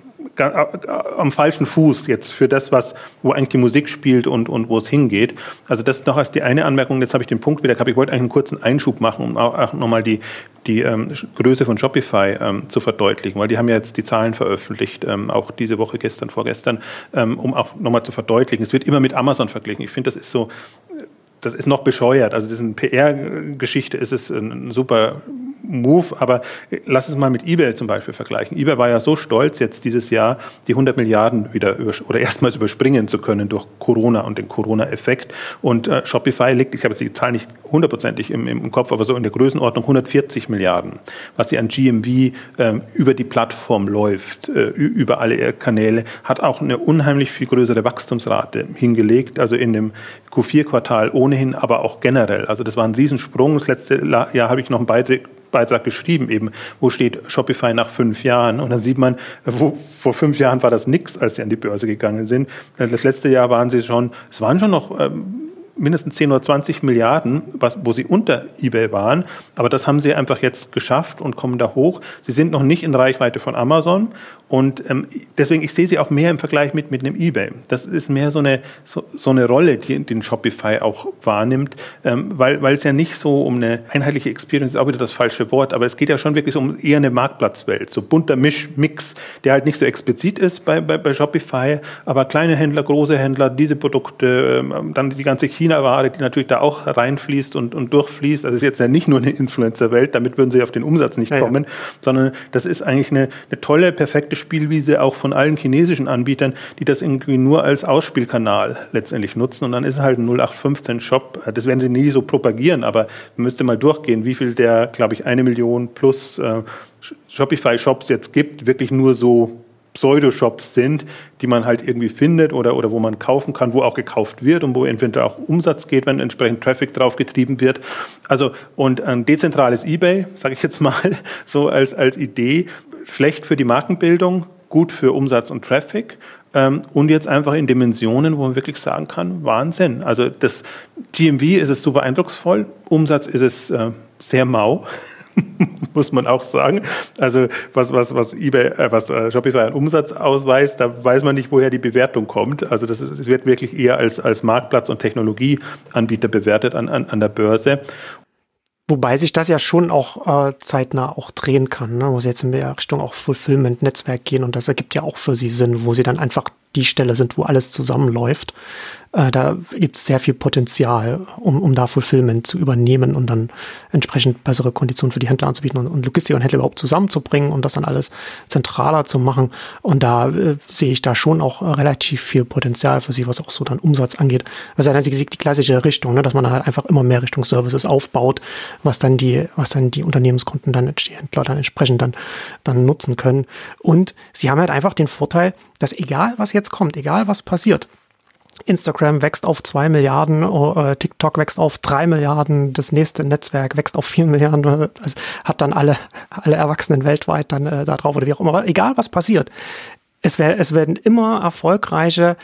am falschen Fuß jetzt für das, was, wo eigentlich die Musik spielt und, und wo es hingeht. Also das noch als die eine Anmerkung, jetzt habe ich den Punkt wieder gehabt, ich wollte eigentlich einen kurzen Einschub machen, um auch, auch nochmal die, die ähm, Größe von Shopify ähm, zu verdeutlichen, weil die haben ja jetzt die Zahlen veröffentlicht, ähm, auch diese Woche, gestern, vorgestern, ähm, um auch nochmal zu verdeutlichen. Es wird immer mit Amazon verglichen. Ich finde, das ist so, das ist noch bescheuert. Also das ist eine P R-Geschichte, ist es ein super Move, aber lass es mal mit eBay zum Beispiel vergleichen. eBay war ja so stolz, jetzt dieses Jahr die hundert Milliarden wieder über, oder erstmals überspringen zu können durch Corona und den Corona-Effekt. Und äh, Shopify liegt, ich habe jetzt die Zahl nicht hundertprozentig im, im Kopf, aber so in der Größenordnung hundertvierzig Milliarden, was sie an G M V äh, über die Plattform läuft, äh, über alle Kanäle, hat auch eine unheimlich viel größere Wachstumsrate hingelegt, also in dem Q vier Quartal ohnehin, aber auch generell. Also das war ein Riesensprung. Das letzte Jahr habe ich noch einen Beitrag Beitrag geschrieben, eben, wo steht Shopify nach fünf Jahren. Und dann sieht man, wo, vor fünf Jahren war das nichts, als sie an die Börse gegangen sind. Das letzte Jahr waren sie schon, es waren schon noch ähm, mindestens zehn oder zwanzig Milliarden, was, wo sie unter eBay waren. Aber das haben sie einfach jetzt geschafft und kommen da hoch. Sie sind noch nicht in Reichweite von Amazon. Und ähm, deswegen, ich sehe sie auch mehr im Vergleich mit, mit einem eBay. Das ist mehr so eine, so, so eine Rolle, die den Shopify auch wahrnimmt, ähm, weil, weil es ja nicht so um eine einheitliche Experience ist, auch wieder das falsche Wort, aber es geht ja schon wirklich so um eher eine Marktplatzwelt, so bunter Misch, Mix, der halt nicht so explizit ist bei, bei, bei Shopify, aber kleine Händler, große Händler, diese Produkte, ähm, dann die ganze China-Ware, die natürlich da auch reinfließt und, und durchfließt. Also es ist jetzt ja nicht nur eine Influencer-Welt, damit würden sie auf den Umsatz nicht ja, kommen, ja. sondern das ist eigentlich eine, eine tolle, perfekte Spielwiese auch von allen chinesischen Anbietern, die das irgendwie nur als Ausspielkanal letztendlich nutzen. Und dann ist es halt ein null acht fünfzehn Shop. Das werden sie nie so propagieren, aber man müsste mal durchgehen, wie viel der, glaube ich, eine Million plus äh, Shopify-Shops jetzt gibt, wirklich nur so Pseudo-Shops sind, die man halt irgendwie findet oder, oder wo man kaufen kann, wo auch gekauft wird und wo entweder auch Umsatz geht, wenn entsprechend Traffic drauf getrieben wird. Also und ein dezentrales eBay, sage ich jetzt mal, so als, als Idee, schlecht für die Markenbildung, gut für Umsatz und Traffic ähm, und jetzt einfach in Dimensionen, wo man wirklich sagen kann, Wahnsinn. Also das G M V ist es super eindrucksvoll, Umsatz ist es äh, sehr mau. Muss man auch sagen. Also was, was, was eBay, äh, was äh, Shopify an Umsatz ausweist, da weiß man nicht, woher die Bewertung kommt. Also das, ist, das wird wirklich eher als, als Marktplatz- und Technologieanbieter bewertet an, an, an der Börse. Wobei sich das ja schon auch äh, zeitnah auch drehen kann, ne? Wo sie jetzt in Richtung auch Fulfillment-Netzwerk gehen und das ergibt ja auch für sie Sinn, wo sie dann einfach die Stelle sind, wo alles zusammenläuft. Äh, da gibt es sehr viel Potenzial, um, um da Fulfillment zu übernehmen und dann entsprechend bessere Konditionen für die Händler anzubieten und, und Logistik und Händler überhaupt zusammenzubringen und das dann alles zentraler zu machen. Und da äh, sehe ich da schon auch äh, relativ viel Potenzial für sie, was auch so dann Umsatz angeht. Das ist halt die, die klassische Richtung, ne, dass man halt einfach immer mehr Richtung Services aufbaut, was dann die, was dann die Unternehmenskunden dann, die Händler dann entsprechend dann, dann nutzen können. Und sie haben halt einfach den Vorteil, dass egal was jetzt kommt, egal was passiert, Instagram wächst auf zwei Milliarden, äh, TikTok wächst auf drei Milliarden, das nächste Netzwerk wächst auf vier Milliarden, das hat dann alle, alle Erwachsenen weltweit dann äh, da drauf oder wie auch immer. Aber egal was passiert, es, wär, es werden immer erfolgreiche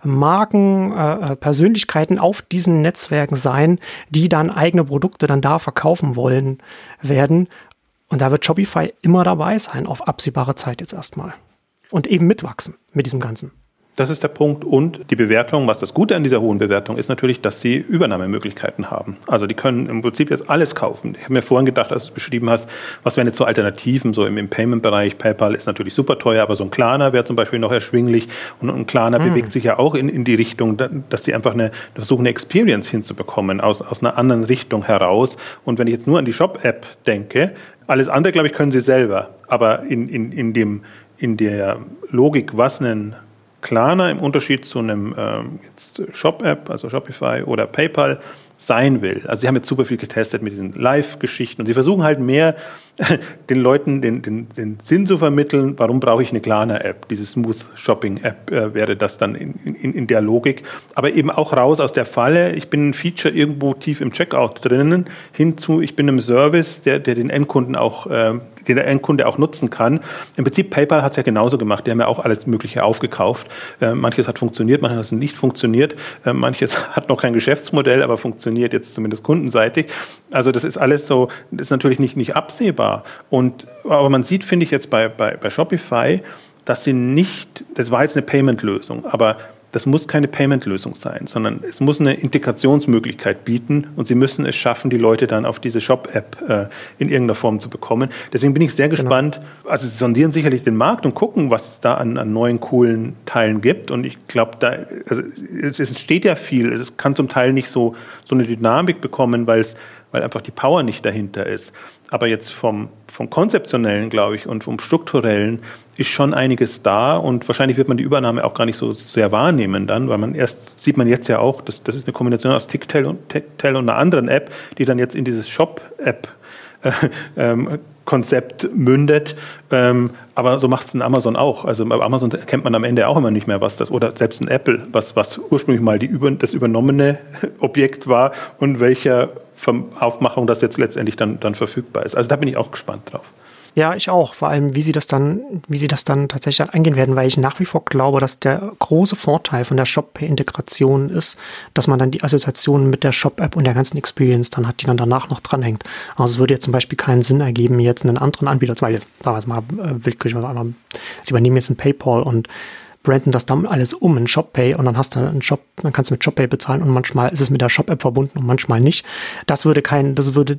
Marken, äh, Persönlichkeiten auf diesen Netzwerken sein, die dann eigene Produkte dann da verkaufen wollen werden. Und da wird Shopify immer dabei sein, auf absehbare Zeit jetzt erstmal. Und eben mitwachsen mit diesem Ganzen. Das ist der Punkt. Und die Bewertung, was das Gute an dieser hohen Bewertung ist natürlich, dass sie Übernahmemöglichkeiten haben. Also die können im Prinzip jetzt alles kaufen. Ich habe mir vorhin gedacht, als du es beschrieben hast, was wären jetzt so Alternativen, so im, im Payment-Bereich. PayPal ist natürlich super teuer, aber so ein Klarna wäre zum Beispiel noch erschwinglich. Und ein Klarna hm. bewegt sich ja auch in, in die Richtung, dass sie einfach eine, versuchen, eine Experience hinzubekommen, aus, aus einer anderen Richtung heraus. Und wenn ich jetzt nur an die Shop-App denke, alles andere, glaube ich, können sie selber. Aber in, in, in, dem, in der Logik, was einen Klarna im Unterschied zu einem ähm, jetzt Shop-App, also Shopify oder PayPal, sein will. Also sie haben jetzt super viel getestet mit diesen Live-Geschichten und sie versuchen halt mehr den Leuten den, den, den Sinn zu vermitteln, warum brauche ich eine Klarna-App, diese Smooth-Shopping-App äh, wäre das dann in, in, in der Logik, aber eben auch raus aus der Falle, ich bin ein Feature irgendwo tief im Checkout drinnen, hinzu, ich bin im Service, der, der den Endkunden auch, äh, den der Endkunde auch nutzen kann. Im Prinzip PayPal hat es ja genauso gemacht, die haben ja auch alles Mögliche aufgekauft. Äh, manches hat funktioniert, manches hat nicht funktioniert, äh, manches hat noch kein Geschäftsmodell, aber funktioniert jetzt zumindest kundenseitig. Also das ist alles so, das ist natürlich nicht, nicht absehbar. Und, aber man sieht, finde ich jetzt bei, bei, bei Shopify, dass sie nicht, das war jetzt eine Payment-Lösung, aber das muss keine Payment-Lösung sein, sondern es muss eine Integrationsmöglichkeit bieten und sie müssen es schaffen, die Leute dann auf diese Shop-App äh, in irgendeiner Form zu bekommen. Deswegen bin ich sehr gespannt. Genau. Also sie sondieren sicherlich den Markt und gucken, was es da an, an neuen, coolen Teilen gibt. Und ich glaube, da, also es, es entsteht ja viel. Es kann zum Teil nicht so, so eine Dynamik bekommen, weil es, weil einfach die Power nicht dahinter ist. Aber jetzt vom, vom Konzeptionellen, glaube ich, und vom Strukturellen ist schon einiges da und wahrscheinlich wird man die Übernahme auch gar nicht so sehr wahrnehmen dann, weil man erst, sieht man jetzt ja auch, das, das ist eine Kombination aus TickTail und, TickTail und einer anderen App, die dann jetzt in dieses Shop-App äh, ähm, Konzept mündet, ähm, aber so macht es ein Amazon auch. Also bei Amazon erkennt man am Ende auch immer nicht mehr, was das, oder selbst ein Apple, was, was ursprünglich mal die über, das übernommene Objekt war und welcher Aufmachung das jetzt letztendlich dann, dann verfügbar ist. Also da bin ich auch gespannt drauf. Ja, ich auch. Vor allem, wie sie das dann, wie sie das dann tatsächlich dann angehen werden, weil ich nach wie vor glaube, dass der große Vorteil von der Shop-Pay-Integration ist, dass man dann die Assoziation mit der Shop-App und der ganzen Experience dann hat, die dann danach noch dranhängt. Also es würde jetzt zum Beispiel keinen Sinn ergeben, jetzt einen anderen Anbieter, weil jetzt damals mal äh, willkürlich, sie übernehmen jetzt einen PayPal und branden das dann alles um in ShopPay und dann hast du einen Shop, dann kannst du mit ShopPay bezahlen und manchmal ist es mit der Shop-App verbunden und manchmal nicht. Das würde kein, das würde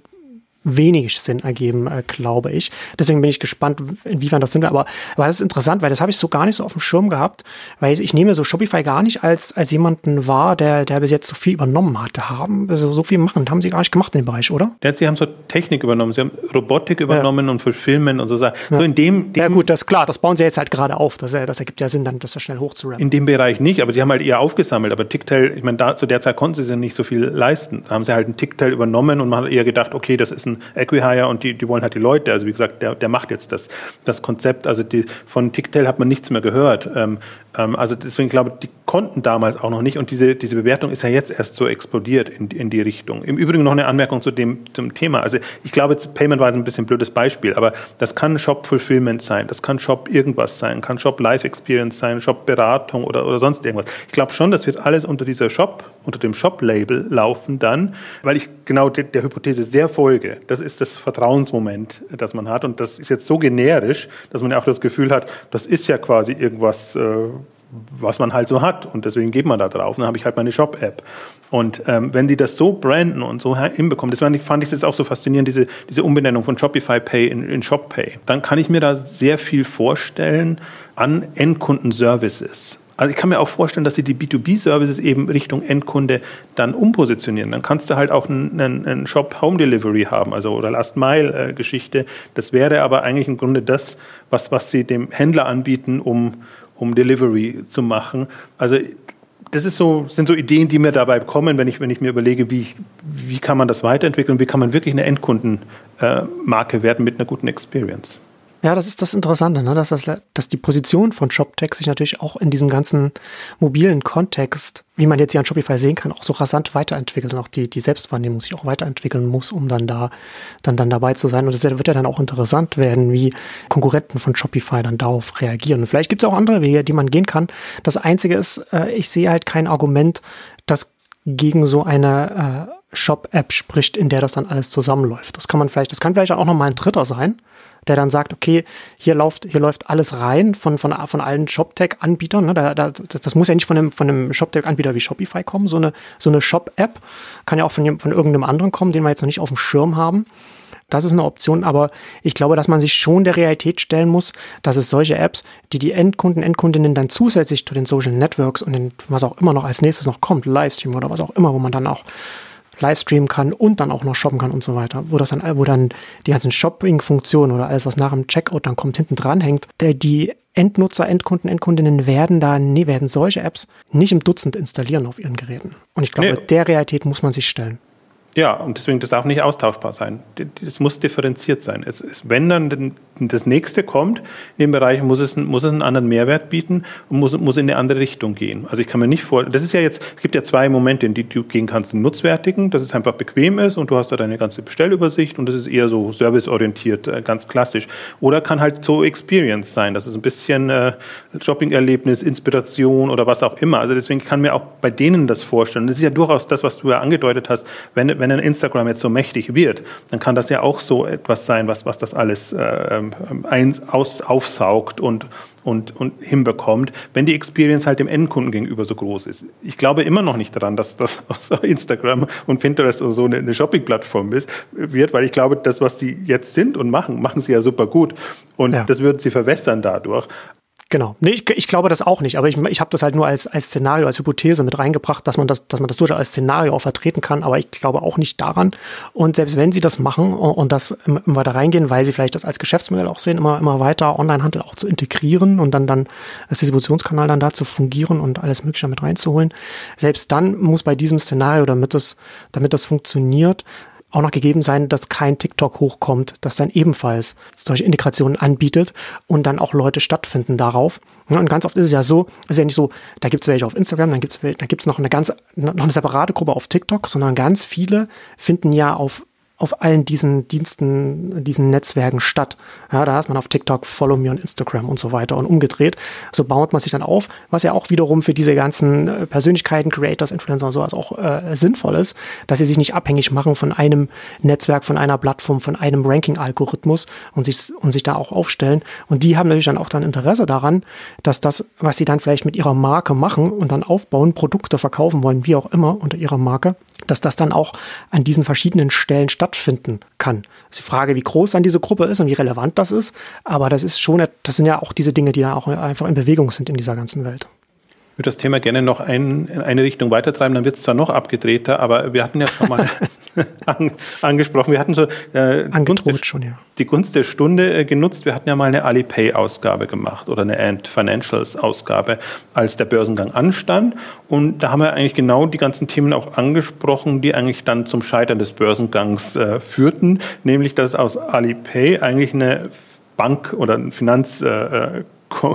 wenig Sinn ergeben, äh, glaube ich. Deswegen bin ich gespannt, inwiefern das Sinn hat. Aber, aber das ist interessant, weil das habe ich so gar nicht so auf dem Schirm gehabt, weil ich nehme so Shopify gar nicht als, als jemanden wahr, der, der bis jetzt so viel übernommen hatte. Haben, also so viel machen, haben sie gar nicht gemacht in dem Bereich, oder? Ja, sie haben so Technik übernommen, sie haben Robotik übernommen ja. und Fulfillment und so Sachen. Ja. So in dem, ja gut, das ist klar, das bauen sie jetzt halt gerade auf. Das, das ergibt ja Sinn, dann das schnell hochzurampen. In dem Bereich nicht, aber sie haben halt eher aufgesammelt. Aber TickTail, ich meine, da, zu der Zeit konnten sie sich nicht so viel leisten. Da haben sie halt einen TickTail übernommen und man hat eher gedacht, okay, das ist ein Acquihire und die, die wollen halt die Leute, also wie gesagt, der, der macht jetzt das, das Konzept, also die, von TickTail hat man nichts mehr gehört. Ähm, ähm, also deswegen glaube ich, die konnten damals auch noch nicht und diese, diese Bewertung ist ja jetzt erst so explodiert in, in die Richtung. Im Übrigen noch eine Anmerkung zu dem, dem Thema. Also ich glaube, jetzt Payment war ein bisschen ein blödes Beispiel, aber das kann Shop Fulfillment sein, das kann Shop irgendwas sein, kann Shop Live Experience sein, Shop Beratung oder, oder sonst irgendwas. Ich glaube schon, das wird alles unter dieser Shop, unter dem Shop-Label laufen dann, weil ich genau de, der Hypothese sehr folge. Das ist das Vertrauensmoment, das man hat und das ist jetzt so generisch, dass man ja auch das Gefühl hat, das ist ja quasi irgendwas, äh, was man halt so hat und deswegen geht man da drauf. Dann habe ich halt meine Shop-App. Und ähm, wenn die das so branden und so hinbekommen, das fand ich, fand ich jetzt auch so faszinierend, diese, diese Umbenennung von Shopify Pay in, in Shop Pay, dann kann ich mir da sehr viel vorstellen an Endkundenservices. Also ich kann mir auch vorstellen, dass sie die B zwei B-Services eben Richtung Endkunde dann umpositionieren. Dann kannst du halt auch einen, einen Shop Home Delivery haben, also oder Last-Mile-Geschichte. Das wäre aber eigentlich im Grunde das, was, was sie dem Händler anbieten, um, um Delivery zu machen. Also das ist so, sind so Ideen, die mir dabei kommen, wenn ich, wenn ich mir überlege, wie, wie kann man das weiterentwickeln, wie kann man wirklich eine Endkundenmarke werden mit einer guten Experience. Ja, das ist das Interessante, ne? dass, das, dass die Position von ShopTech sich natürlich auch in diesem ganzen mobilen Kontext, wie man jetzt hier an Shopify sehen kann, auch so rasant weiterentwickelt und auch die, die Selbstwahrnehmung sich auch weiterentwickeln muss, um dann da dann, dann dabei zu sein. Und es wird ja dann auch interessant werden, wie Konkurrenten von Shopify dann darauf reagieren. Und vielleicht gibt es auch andere Wege, die man gehen kann. Das Einzige ist, äh, ich sehe halt kein Argument, das gegen so eine äh, Shop-App spricht, in der das dann alles zusammenläuft. Das kann man vielleicht, das kann vielleicht auch nochmal ein Dritter sein, der dann sagt, okay, hier läuft, hier läuft alles rein von, von, von allen ShopTech-Anbietern. Ne? Da, da, das muss ja nicht von einem, von einem ShopTech-Anbieter wie Shopify kommen. So eine, so eine Shop-App kann ja auch von, von irgendeinem anderen kommen, den wir jetzt noch nicht auf dem Schirm haben. Das ist eine Option, aber ich glaube, dass man sich schon der Realität stellen muss, dass es solche Apps, die die Endkunden, Endkundinnen dann zusätzlich zu den Social Networks und den, was auch immer noch als nächstes noch kommt, Livestream oder was auch immer, wo man dann auch Livestreamen kann und dann auch noch shoppen kann und so weiter, wo das dann, wo dann die ganzen Shopping-Funktionen oder alles, was nach dem Checkout dann kommt, hinten dran hängt, der, die Endnutzer, Endkunden, Endkundinnen werden da, nee, werden solche Apps nicht im Dutzend installieren auf ihren Geräten. Und ich glaube, nee. Der Realität muss man sich stellen. Ja, und deswegen, das darf nicht austauschbar sein. Das muss differenziert sein. Es, es, wenn dann das nächste kommt, in dem Bereich muss es, muss es einen anderen Mehrwert bieten und muss, muss in eine andere Richtung gehen. Also ich kann mir nicht vorstellen, das ist ja jetzt, es gibt ja zwei Momente, in die du gehen kannst. Den nutzwertigen, dass es einfach bequem ist und du hast da deine ganze Bestellübersicht und das ist eher so serviceorientiert, ganz klassisch. Oder kann halt so Experience sein, das ist ein bisschen äh, Shopping-Erlebnis, Inspiration oder was auch immer. Also deswegen kann mir auch bei denen das vorstellen. Das ist ja durchaus das, was du ja angedeutet hast, wenn wenn ein Instagram jetzt so mächtig wird, dann kann das ja auch so etwas sein, was, was das alles äh, eins, aus, aufsaugt und, und, und hinbekommt, wenn die Experience halt dem Endkunden gegenüber so groß ist. Ich glaube immer noch nicht daran, dass das Instagram und Pinterest oder so eine, eine Shopping-Plattform ist, wird, weil ich glaube, das, was sie jetzt sind und machen, machen sie ja super gut und ja. Das würden sie verwässern dadurch. Genau. Nee, ich, ich glaube das auch nicht, aber ich, ich habe das halt nur als, als Szenario, als Hypothese mit reingebracht, dass man das, dass man das durchaus als Szenario auch vertreten kann, aber ich glaube auch nicht daran. Und selbst wenn sie das machen und, und das immer weiter reingehen, weil sie vielleicht das als Geschäftsmodell auch sehen, immer, immer weiter Onlinehandel auch zu integrieren und dann, dann als Distributionskanal dann da zu fungieren und alles Mögliche mit reinzuholen, selbst dann muss bei diesem Szenario, damit das, damit das funktioniert, auch noch gegeben sein, dass kein TikTok hochkommt, das dann ebenfalls solche Integrationen anbietet und dann auch Leute stattfinden darauf. Und ganz oft ist es ja so, es ist ja nicht so, da gibt es welche auf Instagram, dann gibt es dann gibt's noch eine ganz, noch eine separate Gruppe auf TikTok, sondern ganz viele finden ja auf auf allen diesen Diensten, diesen Netzwerken statt. Ja, da hat man auf TikTok, Follow Me und Instagram und so weiter und umgedreht. So baut man sich dann auf, was ja auch wiederum für diese ganzen Persönlichkeiten, Creators, Influencer und sowas auch äh, sinnvoll ist, dass sie sich nicht abhängig machen von einem Netzwerk, von einer Plattform, von einem Ranking-Algorithmus und sich, und sich da auch aufstellen. Und die haben natürlich dann auch dann Interesse daran, dass das, was sie dann vielleicht mit ihrer Marke machen und dann aufbauen, Produkte verkaufen wollen, wie auch immer, unter ihrer Marke, dass das dann auch an diesen verschiedenen Stellen stattfinden kann. Das ist die Frage, wie groß dann diese Gruppe ist und wie relevant das ist, aber das ist schon, das sind ja auch diese Dinge, die ja auch einfach in Bewegung sind in dieser ganzen Welt. Ich würde das Thema gerne noch ein, in eine Richtung weitertreiben, dann wird es zwar noch abgedrehter, aber wir hatten ja schon mal an, angesprochen, wir hatten so äh, Gunst der, schon, ja. die Gunst der Stunde äh, genutzt, wir hatten ja mal eine Alipay-Ausgabe gemacht oder eine Ant Financials-Ausgabe, als der Börsengang anstand und da haben wir eigentlich genau die ganzen Themen auch angesprochen, die eigentlich dann zum Scheitern des Börsengangs äh, führten, nämlich dass aus Alipay eigentlich eine Bank oder ein Finanz äh,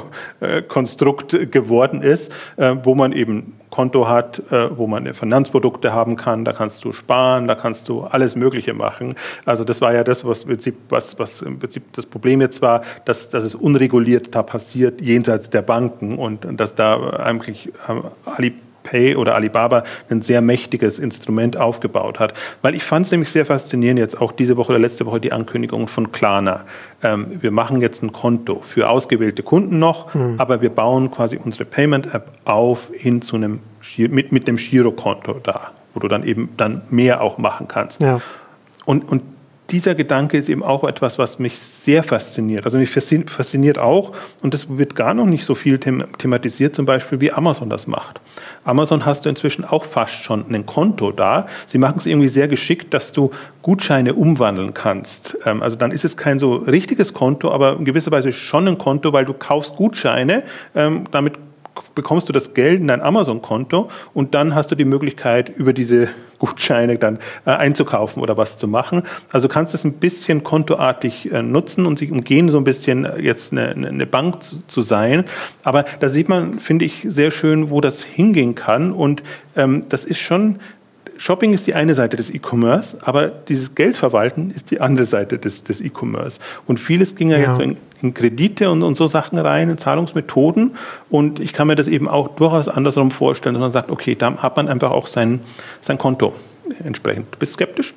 Konstrukt geworden ist, wo man eben Konto hat, wo man Finanzprodukte haben kann, da kannst du sparen, da kannst du alles Mögliche machen. Also das war ja das, was im Prinzip, was, was im Prinzip das Problem jetzt war, dass, dass es unreguliert da passiert, jenseits der Banken und dass da eigentlich Alipay oder Alibaba ein sehr mächtiges Instrument aufgebaut hat. Weil ich fand es nämlich sehr faszinierend, jetzt auch diese Woche oder letzte Woche die Ankündigung von Klarna. Ähm, wir machen jetzt ein Konto für ausgewählte Kunden noch, mhm. aber wir bauen quasi unsere Payment-App auf hin zu einem, mit, mit dem Girokonto da, wo du dann eben dann mehr auch machen kannst. Ja. Und, und dieser Gedanke ist eben auch etwas, was mich sehr fasziniert. Also mich fasziniert auch, und das wird gar noch nicht so viel thematisiert, zum Beispiel, wie Amazon das macht. Amazon hast du inzwischen auch fast schon ein Konto da. Sie machen es irgendwie sehr geschickt, dass du Gutscheine umwandeln kannst. Also dann ist es kein so richtiges Konto, aber in gewisser Weise schon ein Konto, weil du kaufst Gutscheine, damit bekommst du das Geld in dein Amazon-Konto und dann hast du die Möglichkeit, über diese Gutscheine dann äh, einzukaufen oder was zu machen. Also kannst du es ein bisschen kontoartig äh, nutzen und sie umgehen so ein bisschen äh, jetzt eine, eine Bank zu, zu sein. Aber da sieht man, finde ich, sehr schön, wo das hingehen kann. Und ähm, das ist schon, Shopping ist die eine Seite des E-Commerce, aber dieses Geldverwalten ist die andere Seite des, des E-Commerce. Und vieles ging ja, ja. jetzt so in, in Kredite und, und so Sachen rein, in Zahlungsmethoden. Und ich kann mir das eben auch durchaus andersrum vorstellen, dass man sagt, okay, da hat man einfach auch sein, sein Konto entsprechend. Du bist skeptisch?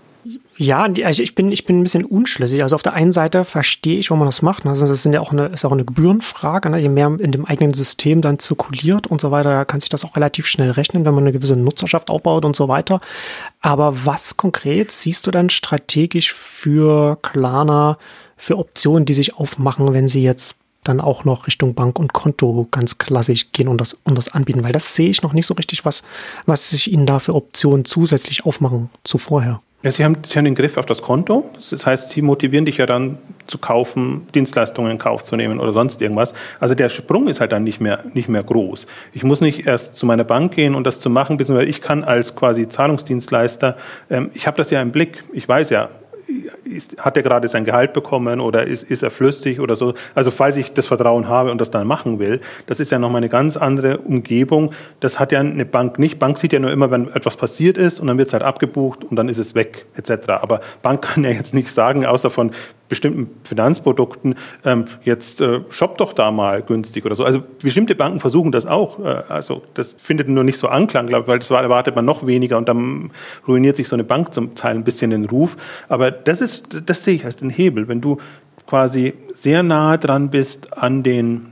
Ja, also ich bin, ich bin ein bisschen unschlüssig. Also auf der einen Seite verstehe ich, warum man das macht. Also das sind ja auch eine, ist auch eine Gebührenfrage. Ne? Je mehr in dem eigenen System dann zirkuliert und so weiter, kann sich das auch relativ schnell rechnen, wenn man eine gewisse Nutzerschaft aufbaut und so weiter. Aber was konkret siehst du dann strategisch für Klarna, für Optionen, die sich aufmachen, wenn sie jetzt dann auch noch Richtung Bank und Konto ganz klassisch gehen und das, und das anbieten? Weil das sehe ich noch nicht so richtig, was, was sich ihnen da für Optionen zusätzlich aufmachen zu vorher. Ja, Sie haben, Sie haben den Griff auf das Konto. Das heißt, Sie motivieren dich ja dann zu kaufen, Dienstleistungen in Kauf zu nehmen oder sonst irgendwas. Also der Sprung ist halt dann nicht mehr, nicht mehr groß. Ich muss nicht erst zu meiner Bank gehen und das zu machen, beziehungsweise ich kann als quasi Zahlungsdienstleister, ähm, ich habe das ja im Blick. Ich weiß ja, Ist, hat er gerade sein Gehalt bekommen oder ist, ist er flüssig oder so. Also falls ich das Vertrauen habe und das dann machen will, das ist ja nochmal eine ganz andere Umgebung. Das hat ja eine Bank nicht. Bank sieht ja nur immer, wenn etwas passiert ist und dann wird es halt abgebucht und dann ist es weg et cetera. Aber Bank kann ja jetzt nicht sagen, außer von bestimmten Finanzprodukten, ähm, jetzt äh, shop doch da mal günstig oder so. Also bestimmte Banken versuchen das auch. Äh, also das findet nur nicht so Anklang, glaube ich, weil das erwartet man noch weniger und dann ruiniert sich so eine Bank zum Teil ein bisschen den Ruf. Aber das ist, das sehe ich als den Hebel. Wenn du quasi sehr nahe dran bist an den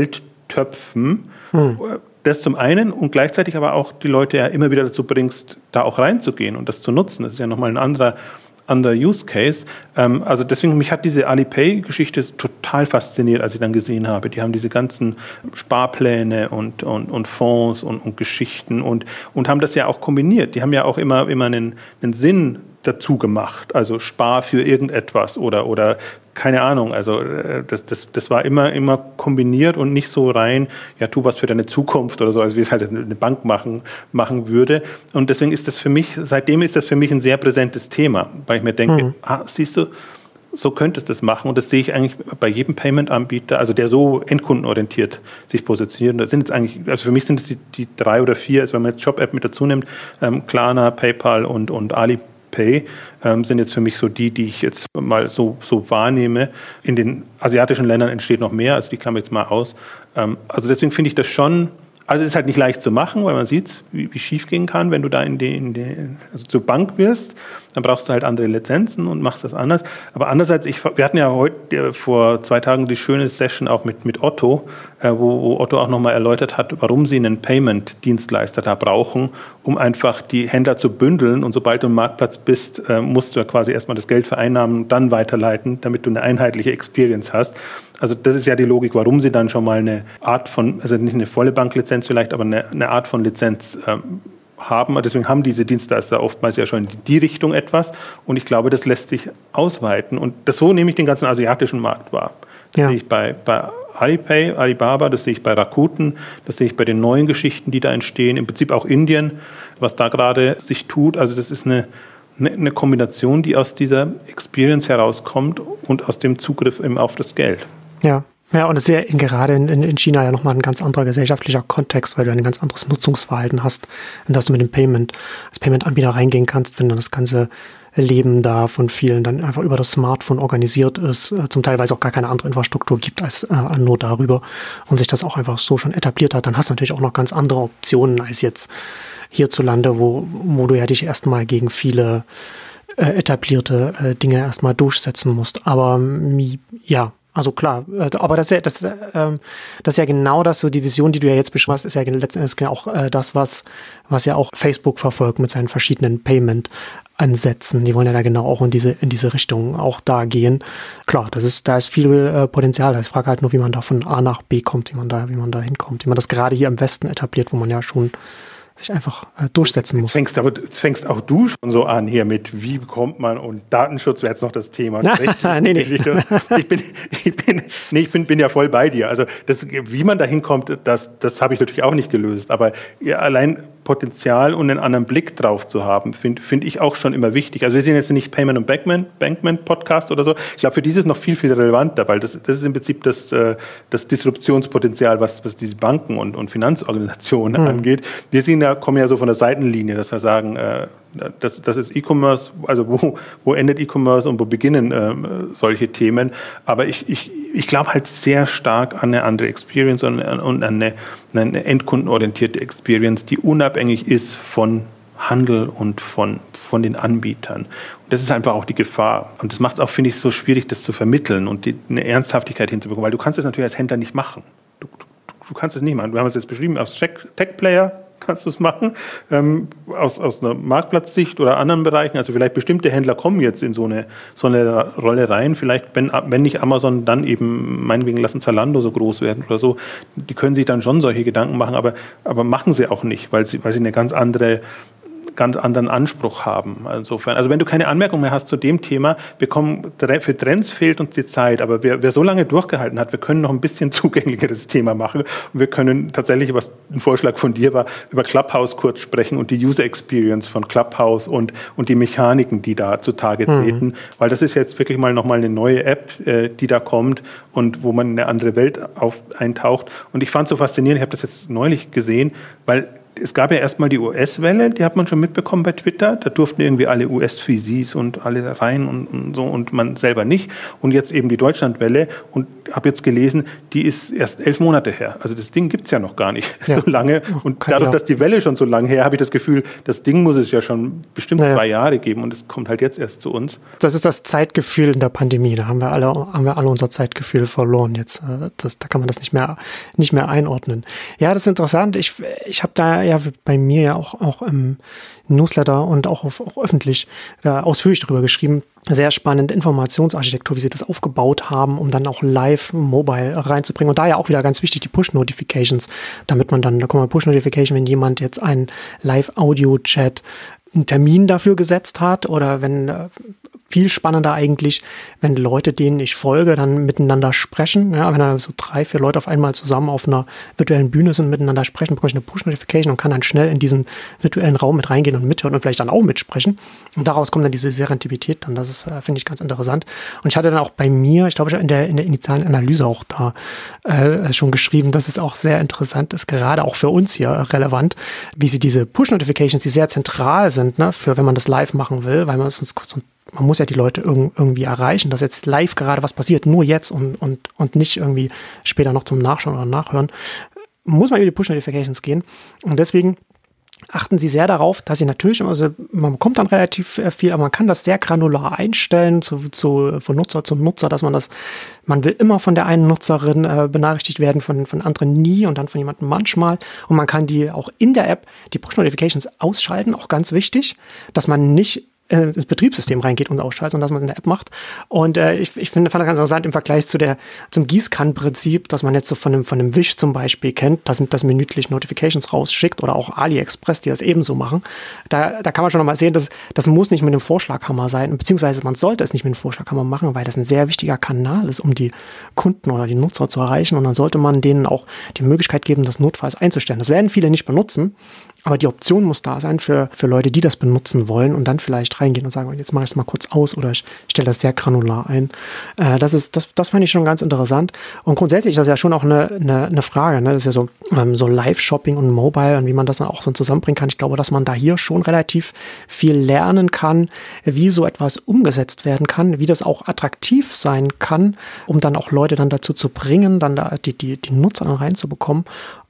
Geldtöpfen, hm. das zum einen und gleichzeitig aber auch die Leute ja immer wieder dazu bringst, da auch reinzugehen und das zu nutzen. Das ist ja nochmal ein anderer anderer Use Case. Ähm, also deswegen, mich hat diese Alipay-Geschichte total fasziniert, als ich dann gesehen habe. Die haben diese ganzen Sparpläne und, und, und Fonds und, und Geschichten und, und haben das ja auch kombiniert. Die haben ja auch immer, immer einen, einen Sinn dazu gemacht. Also Spar für irgendetwas oder, oder keine Ahnung, also das, das, das war immer, immer kombiniert und nicht so rein, ja, tu was für deine Zukunft oder so, also wie es halt eine Bank machen, machen würde. Und deswegen ist das für mich, seitdem ist das für mich ein sehr präsentes Thema, weil ich mir denke, mhm. ah, siehst du, so könntest du das machen. Und das sehe ich eigentlich bei jedem Payment-Anbieter, also der so endkundenorientiert sich positioniert. Das sind jetzt eigentlich, also für mich sind es die, die drei oder vier, also wenn man jetzt Shop-App mit dazu nimmt, ähm, Klarna, PayPal und, und Alipay, Pay ähm, sind jetzt für mich so die, die ich jetzt mal so, so wahrnehme. In den asiatischen Ländern entsteht noch mehr, also die klammer jetzt mal aus. Ähm, also deswegen finde ich das schon, also es ist halt nicht leicht zu machen, weil man sieht, wie, wie schief gehen kann, wenn du da in die, in die, also zur Bank wirst, dann brauchst du halt andere Lizenzen und machst das anders. Aber andererseits, ich, wir hatten ja heute vor zwei Tagen die schöne Session auch mit, mit Otto, äh, wo, wo Otto auch nochmal erläutert hat, warum sie einen Payment-Dienstleister da brauchen, um einfach die Händler zu bündeln. Und sobald du im Marktplatz bist, äh, musst du ja quasi erstmal das Geld vereinnahmen und dann weiterleiten, damit du eine einheitliche Experience hast. Also das ist ja die Logik, warum sie dann schon mal eine Art von, also nicht eine volle Banklizenz vielleicht, aber eine, eine Art von Lizenz ähm, haben. Deswegen haben diese Dienstleister oftmals ja schon in die Richtung etwas. Und ich glaube, das lässt sich ausweiten. Und das so nehme ich den ganzen asiatischen Markt wahr. Das ja. sehe ich bei, bei Alipay, Alibaba, das sehe ich bei Rakuten, das sehe ich bei den neuen Geschichten, die da entstehen. Im Prinzip auch Indien, was da gerade sich tut. Also das ist eine, eine, eine Kombination, die aus dieser Experience herauskommt und aus dem Zugriff eben auf das Geld. Ja. Ja, und es ist ja in, gerade in, in China ja nochmal ein ganz anderer gesellschaftlicher Kontext, weil du ein ganz anderes Nutzungsverhalten hast, in das du mit dem Payment, als Payment-Anbieter reingehen kannst, wenn dann das ganze Leben da von vielen dann einfach über das Smartphone organisiert ist, zum Teil, weil es auch gar keine andere Infrastruktur gibt als äh, nur darüber und sich das auch einfach so schon etabliert hat, dann hast du natürlich auch noch ganz andere Optionen als jetzt hierzulande, wo, wo du ja dich erstmal gegen viele äh, etablierte äh, Dinge erstmal durchsetzen musst. Aber ja, Also klar, aber das ist ja, das, ähm, das ist ja genau das, so die Vision, die du ja jetzt beschrieben hast, ist ja letzten Endes auch äh, das, was, was ja auch Facebook verfolgt mit seinen verschiedenen Payment-Ansätzen. Die wollen ja da genau auch in diese, in diese Richtung auch da gehen. Klar, das ist, da ist viel äh, Potenzial. Ich frage halt nur, wie man da von A nach B kommt, wie man da, wie man da hinkommt, wie man das gerade hier im Westen etabliert, wo man ja schon sich einfach äh, durchsetzen muss. Jetzt fängst, aber, jetzt fängst auch du schon so an hier mit, wie bekommt man, und Datenschutz wäre jetzt noch das Thema. nee, nee. Ich bin, ich bin, nee, ich bin, bin ja voll bei dir. Also das, wie man da hinkommt, das, das habe ich natürlich auch nicht gelöst. Aber ja, allein Potenzial und einen anderen Blick drauf zu haben, finde find ich auch schon immer wichtig. Also wir sind jetzt nicht Payment und Bankman, Bankman Podcast oder so. Ich glaube, für dieses noch viel, viel relevanter, weil das, das ist im Prinzip das, das Disruptionspotenzial, was, was diese Banken und, und Finanzorganisationen mhm. angeht. Wir sind ja, kommen ja so von der Seitenlinie, dass wir sagen, äh, das, das ist E-Commerce, also wo, wo endet E-Commerce und wo beginnen äh, solche Themen. Aber ich, ich, ich glaube halt sehr stark an eine andere Experience und, und an eine, eine endkundenorientierte Experience, die unabhängig ist von Handel und von, von den Anbietern. Und das ist einfach auch die Gefahr. Und das macht es auch, finde ich, so schwierig, das zu vermitteln und die, eine Ernsthaftigkeit hinzubekommen, weil du kannst das natürlich als Händler nicht machen. Du, du, du kannst es nicht machen. Wir haben es jetzt beschrieben, als Tech-Player kannst du es machen, ähm, aus, aus einer Marktplatzsicht oder anderen Bereichen. Also vielleicht bestimmte Händler kommen jetzt in so eine, so eine Rolle rein. Vielleicht, wenn, wenn nicht Amazon, dann eben, meinetwegen lassen Zalando so groß werden oder so. Die können sich dann schon solche Gedanken machen, aber, aber machen sie auch nicht, weil sie, weil sie eine ganz andere ganz anderen Anspruch haben. Insofern, also wenn du keine Anmerkung mehr hast zu dem Thema, wir kommen, für Trends fehlt uns die Zeit, aber wer, wer so lange durchgehalten hat, wir können noch ein bisschen zugänglicheres Thema machen und wir können tatsächlich, was ein Vorschlag von dir war, über Clubhouse kurz sprechen und die User Experience von Clubhouse und, und die Mechaniken, die da zutage treten, mhm. weil das ist jetzt wirklich mal nochmal eine neue App, äh, die da kommt und wo man in eine andere Welt auf, eintaucht. Und ich fand es so faszinierend, ich habe das jetzt neulich gesehen, weil es gab ja erstmal die U S-Welle, die hat man schon mitbekommen bei Twitter. Da durften irgendwie alle U S-V Cs und alle rein und, und so und man selber nicht. Und jetzt eben die Deutschland-Welle. Und habe jetzt gelesen, die ist erst elf Monate her. Also das Ding gibt es ja noch gar nicht ja. so lange. Und Kann dadurch, dass die Welle schon so lange her, habe ich das Gefühl, das Ding muss es ja schon bestimmt naja. zwei Jahre geben. Und es kommt halt jetzt erst zu uns. Das ist das Zeitgefühl in der Pandemie. Da haben wir alle, haben wir alle unser Zeitgefühl verloren jetzt. Das, da kann man das nicht mehr, nicht mehr einordnen. Ja, das ist interessant. Ich, ich habe da ja bei mir ja auch, auch im Newsletter und auch, auf, auch öffentlich da ausführlich darüber geschrieben. Sehr spannende Informationsarchitektur, wie sie das aufgebaut haben, um dann auch live mobile reinzubringen. Und da ja auch wieder ganz wichtig die Push-Notifications, damit man dann, da kommt man Push-Notification, wenn jemand jetzt einen Live-Audio-Chat einen Termin dafür gesetzt hat oder wenn äh, viel spannender eigentlich, wenn Leute, denen ich folge, dann miteinander sprechen. Ja, wenn da so drei, vier Leute auf einmal zusammen auf einer virtuellen Bühne sind, miteinander sprechen, bekomme ich eine Push-Notification und kann dann schnell in diesen virtuellen Raum mit reingehen und mithören und vielleicht dann auch mitsprechen. Und daraus kommt dann diese Serendipität dann. Das ist, äh, finde ich, ganz interessant. Und ich hatte dann auch bei mir, ich glaube, ich habe in der, in der initialen Analyse auch da äh, schon geschrieben, dass es auch sehr interessant ist, gerade auch für uns hier relevant, wie sie diese Push-Notifications, die sehr zentral sind, ne, für wenn man das live machen will, weil man sonst so man muss ja die Leute irg- irgendwie erreichen, dass jetzt live gerade was passiert, nur jetzt und, und, und nicht irgendwie später noch zum Nachschauen oder Nachhören, muss man über die Push-Notifications gehen. Und deswegen achten Sie sehr darauf, dass Sie natürlich, also man bekommt dann relativ viel, aber man kann das sehr granular einstellen, zu, zu, von Nutzer zu Nutzer, dass man das, man will immer von der einen Nutzerin äh, benachrichtigt werden, von, von anderen nie und dann von jemandem manchmal. Und man kann die auch in der App, die Push-Notifications ausschalten, auch ganz wichtig, dass man nicht ins Betriebssystem reingeht und ausschaltet und dass man es in der App macht. Und äh, ich, ich finde, fand das ganz interessant im Vergleich zu der, zum Gießkannenprinzip, dass man jetzt so von einem, von einem Wish zum Beispiel kennt, dass das minütlich Notifications rausschickt oder auch AliExpress, die das ebenso machen. Da, da kann man schon noch mal sehen, dass das muss nicht mit einem Vorschlaghammer sein, beziehungsweise man sollte es nicht mit einem Vorschlaghammer machen, weil das ein sehr wichtiger Kanal ist, um die Kunden oder die Nutzer zu erreichen. Und dann sollte man denen auch die Möglichkeit geben, das notfalls einzustellen. Das werden viele nicht benutzen, aber die Option muss da sein für, für Leute, die das benutzen wollen und dann vielleicht reingehen und sagen, jetzt mache ich es mal kurz aus oder ich stelle das sehr granular ein. Äh, das ist, das, das fand ich schon ganz interessant. Und grundsätzlich ist das ja schon auch eine, eine, eine Frage, ne? Das ist ja so, ähm, so Live-Shopping und Mobile und wie man das dann auch so zusammenbringen kann. Ich glaube, dass man da hier schon relativ viel lernen kann, wie so etwas umgesetzt werden kann, wie das auch attraktiv sein kann, um dann auch Leute dann dazu zu bringen, dann da die, die, die Nutzer dann reinzubekommen.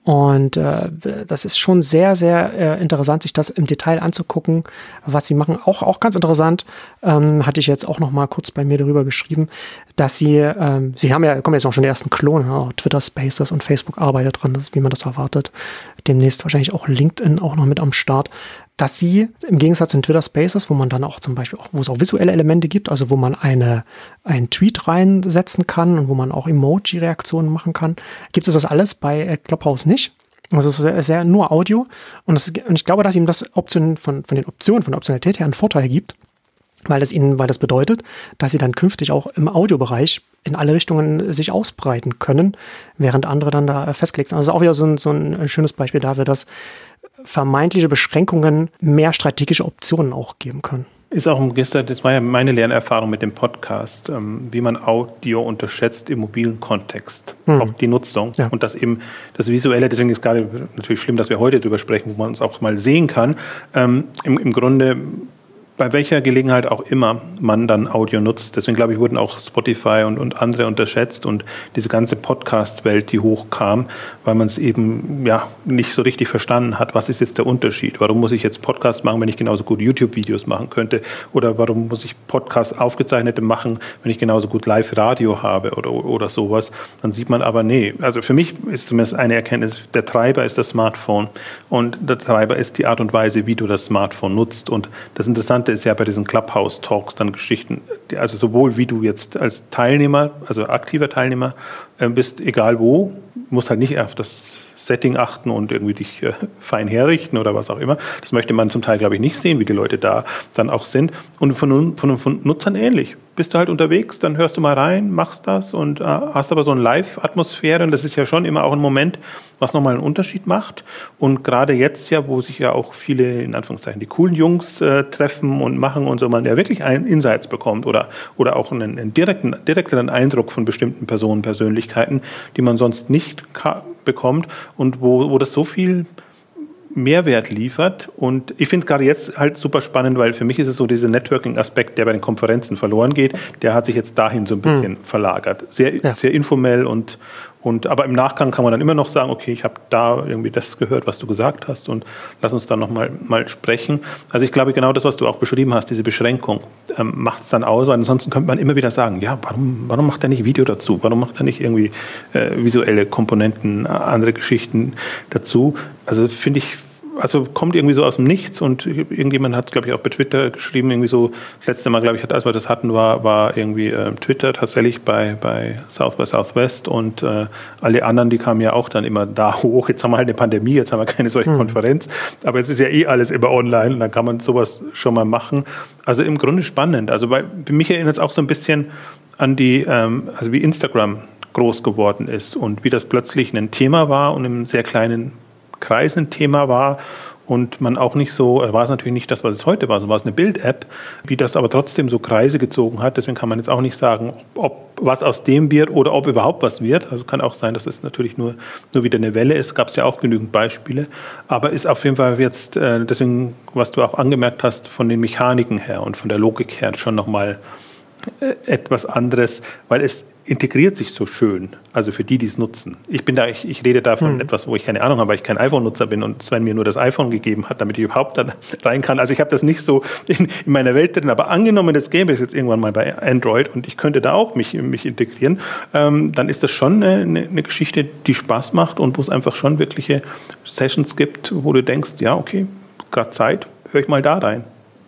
Und äh, das ist schon sehr, sehr äh, interessant, sich das im Detail anzugucken, was sie machen. Auch, auch ganz interessant, ähm, hatte ich jetzt auch noch mal kurz bei mir darüber geschrieben, dass sie, ähm, sie haben ja, kommen jetzt auch schon die ersten Klone, ja, Twitter Spaces und Facebook arbeitet dran, das ist, wie man das erwartet. Demnächst wahrscheinlich auch LinkedIn auch noch mit am Start, dass sie im Gegensatz zu den Twitter Spaces, wo man dann auch zum Beispiel auch, wo es auch visuelle Elemente gibt, also wo man eine, einen Tweet reinsetzen kann und wo man auch Emoji-Reaktionen machen kann, gibt es das alles bei Clubhouse nicht. Also es ist sehr, sehr nur Audio und, das, und ich glaube, dass ihm das Option von, von den Optionen, von der Optionalität her einen Vorteil gibt, weil das ihnen, weil das bedeutet, dass sie dann künftig auch im Audiobereich in alle Richtungen sich ausbreiten können, während andere dann da festgelegt sind. Also das ist auch wieder so ein, so ein schönes Beispiel dafür, dass vermeintliche Beschränkungen mehr strategische Optionen auch geben können. Ist auch gestern, das war ja meine Lernerfahrung mit dem Podcast, ähm, wie man Audio unterschätzt im mobilen Kontext, hm. auch die Nutzung ja. und das eben das Visuelle, deswegen ist gerade natürlich schlimm, dass wir heute drüber sprechen, wo man uns auch mal sehen kann, ähm, im, im Grunde bei welcher Gelegenheit auch immer man dann Audio nutzt. Deswegen glaube ich, wurden auch Spotify und, und andere unterschätzt und diese ganze Podcast-Welt, die hochkam, weil man es eben ja nicht so richtig verstanden hat. Was ist jetzt der Unterschied? Warum muss ich jetzt Podcasts machen, wenn ich genauso gut YouTube-Videos machen könnte? Oder warum muss ich Podcasts aufgezeichnete machen, wenn ich genauso gut Live-Radio habe oder, oder sowas? Dann sieht man aber, nee, also für mich ist zumindest eine Erkenntnis, der Treiber ist das Smartphone und der Treiber ist die Art und Weise, wie du das Smartphone nutzt. Und das Interessante ist ja bei diesen Clubhouse-Talks dann Geschichten, also sowohl wie du jetzt als Teilnehmer, also aktiver Teilnehmer äh, bist, egal wo, musst halt nicht auf das Setting achten und irgendwie dich äh, fein herrichten oder was auch immer. Das möchte man zum Teil, glaube ich, nicht sehen, wie die Leute da dann auch sind. Und von, von, von Nutzern ähnlich. Bist du halt unterwegs, dann hörst du mal rein, machst das und äh, hast aber so eine Live-Atmosphäre und das ist ja schon immer auch ein Moment, was nochmal einen Unterschied macht. Und gerade jetzt ja, wo sich ja auch viele, in Anführungszeichen, die coolen Jungs äh, treffen und machen und so, man ja wirklich einen Insights bekommt oder, oder auch einen, einen direkten, direkteren Eindruck von bestimmten Personen, Persönlichkeiten, die man sonst nicht ka- bekommt und wo, wo das so viel Mehrwert liefert. Und ich finde es gerade jetzt halt super spannend, weil für mich ist es so dieser Networking-Aspekt, der bei den Konferenzen verloren geht, der hat sich jetzt dahin so ein bisschen hm. verlagert. Sehr, ja. sehr informell und, und aber im Nachgang kann man dann immer noch sagen, okay, ich habe da irgendwie das gehört, was du gesagt hast und lass uns dann noch mal, mal sprechen. Also ich glaube, genau das, was du auch beschrieben hast, diese Beschränkung, ähm, macht es dann aus, weil ansonsten könnte man immer wieder sagen, ja, warum, warum macht er nicht Video dazu? Warum macht er nicht irgendwie äh, visuelle Komponenten, andere Geschichten dazu? Also finde ich, also kommt irgendwie so aus dem Nichts und irgendjemand hat, glaube ich, auch bei Twitter geschrieben, irgendwie so, das letzte Mal, glaube ich, als wir das hatten, war, war irgendwie äh, Twitter tatsächlich bei, bei South by Southwest und äh, alle anderen, die kamen ja auch dann immer da hoch. Jetzt haben wir halt eine Pandemie, jetzt haben wir keine solche hm. Konferenz, aber jetzt ist ja eh alles immer online und dann kann man sowas schon mal machen. Also im Grunde spannend. Also bei, für mich erinnert es auch so ein bisschen an die, ähm, also wie Instagram groß geworden ist und wie das plötzlich ein Thema war und im sehr kleinen Kreis ein Thema war und man auch nicht so, war es natürlich nicht das, was es heute war, so war es eine Bild-App, wie das aber trotzdem so Kreise gezogen hat. Deswegen kann man jetzt auch nicht sagen, ob was aus dem wird oder ob überhaupt was wird. Also kann auch sein, dass es natürlich nur, nur wieder eine Welle ist. Gab es ja auch genügend Beispiele. Aber ist auf jeden Fall jetzt, äh, deswegen, was du auch angemerkt hast, von den Mechaniken her und von der Logik her schon nochmal äh, etwas anderes, weil es integriert sich so schön, also für die, die es nutzen. Ich bin da, ich, ich rede da von hm. etwas, wo ich keine Ahnung habe, weil ich kein iPhone-Nutzer bin und Sven mir nur das iPhone gegeben hat, damit ich überhaupt dann rein kann. Also ich habe das nicht so in, in meiner Welt drin, aber angenommen, das gäbe es jetzt irgendwann mal bei Android und ich könnte da auch mich, mich integrieren, ähm, dann ist das schon eine, eine Geschichte, die Spaß macht und wo es einfach schon wirkliche Sessions gibt, wo du denkst, ja, okay, gerade Zeit, höre ich mal da rein.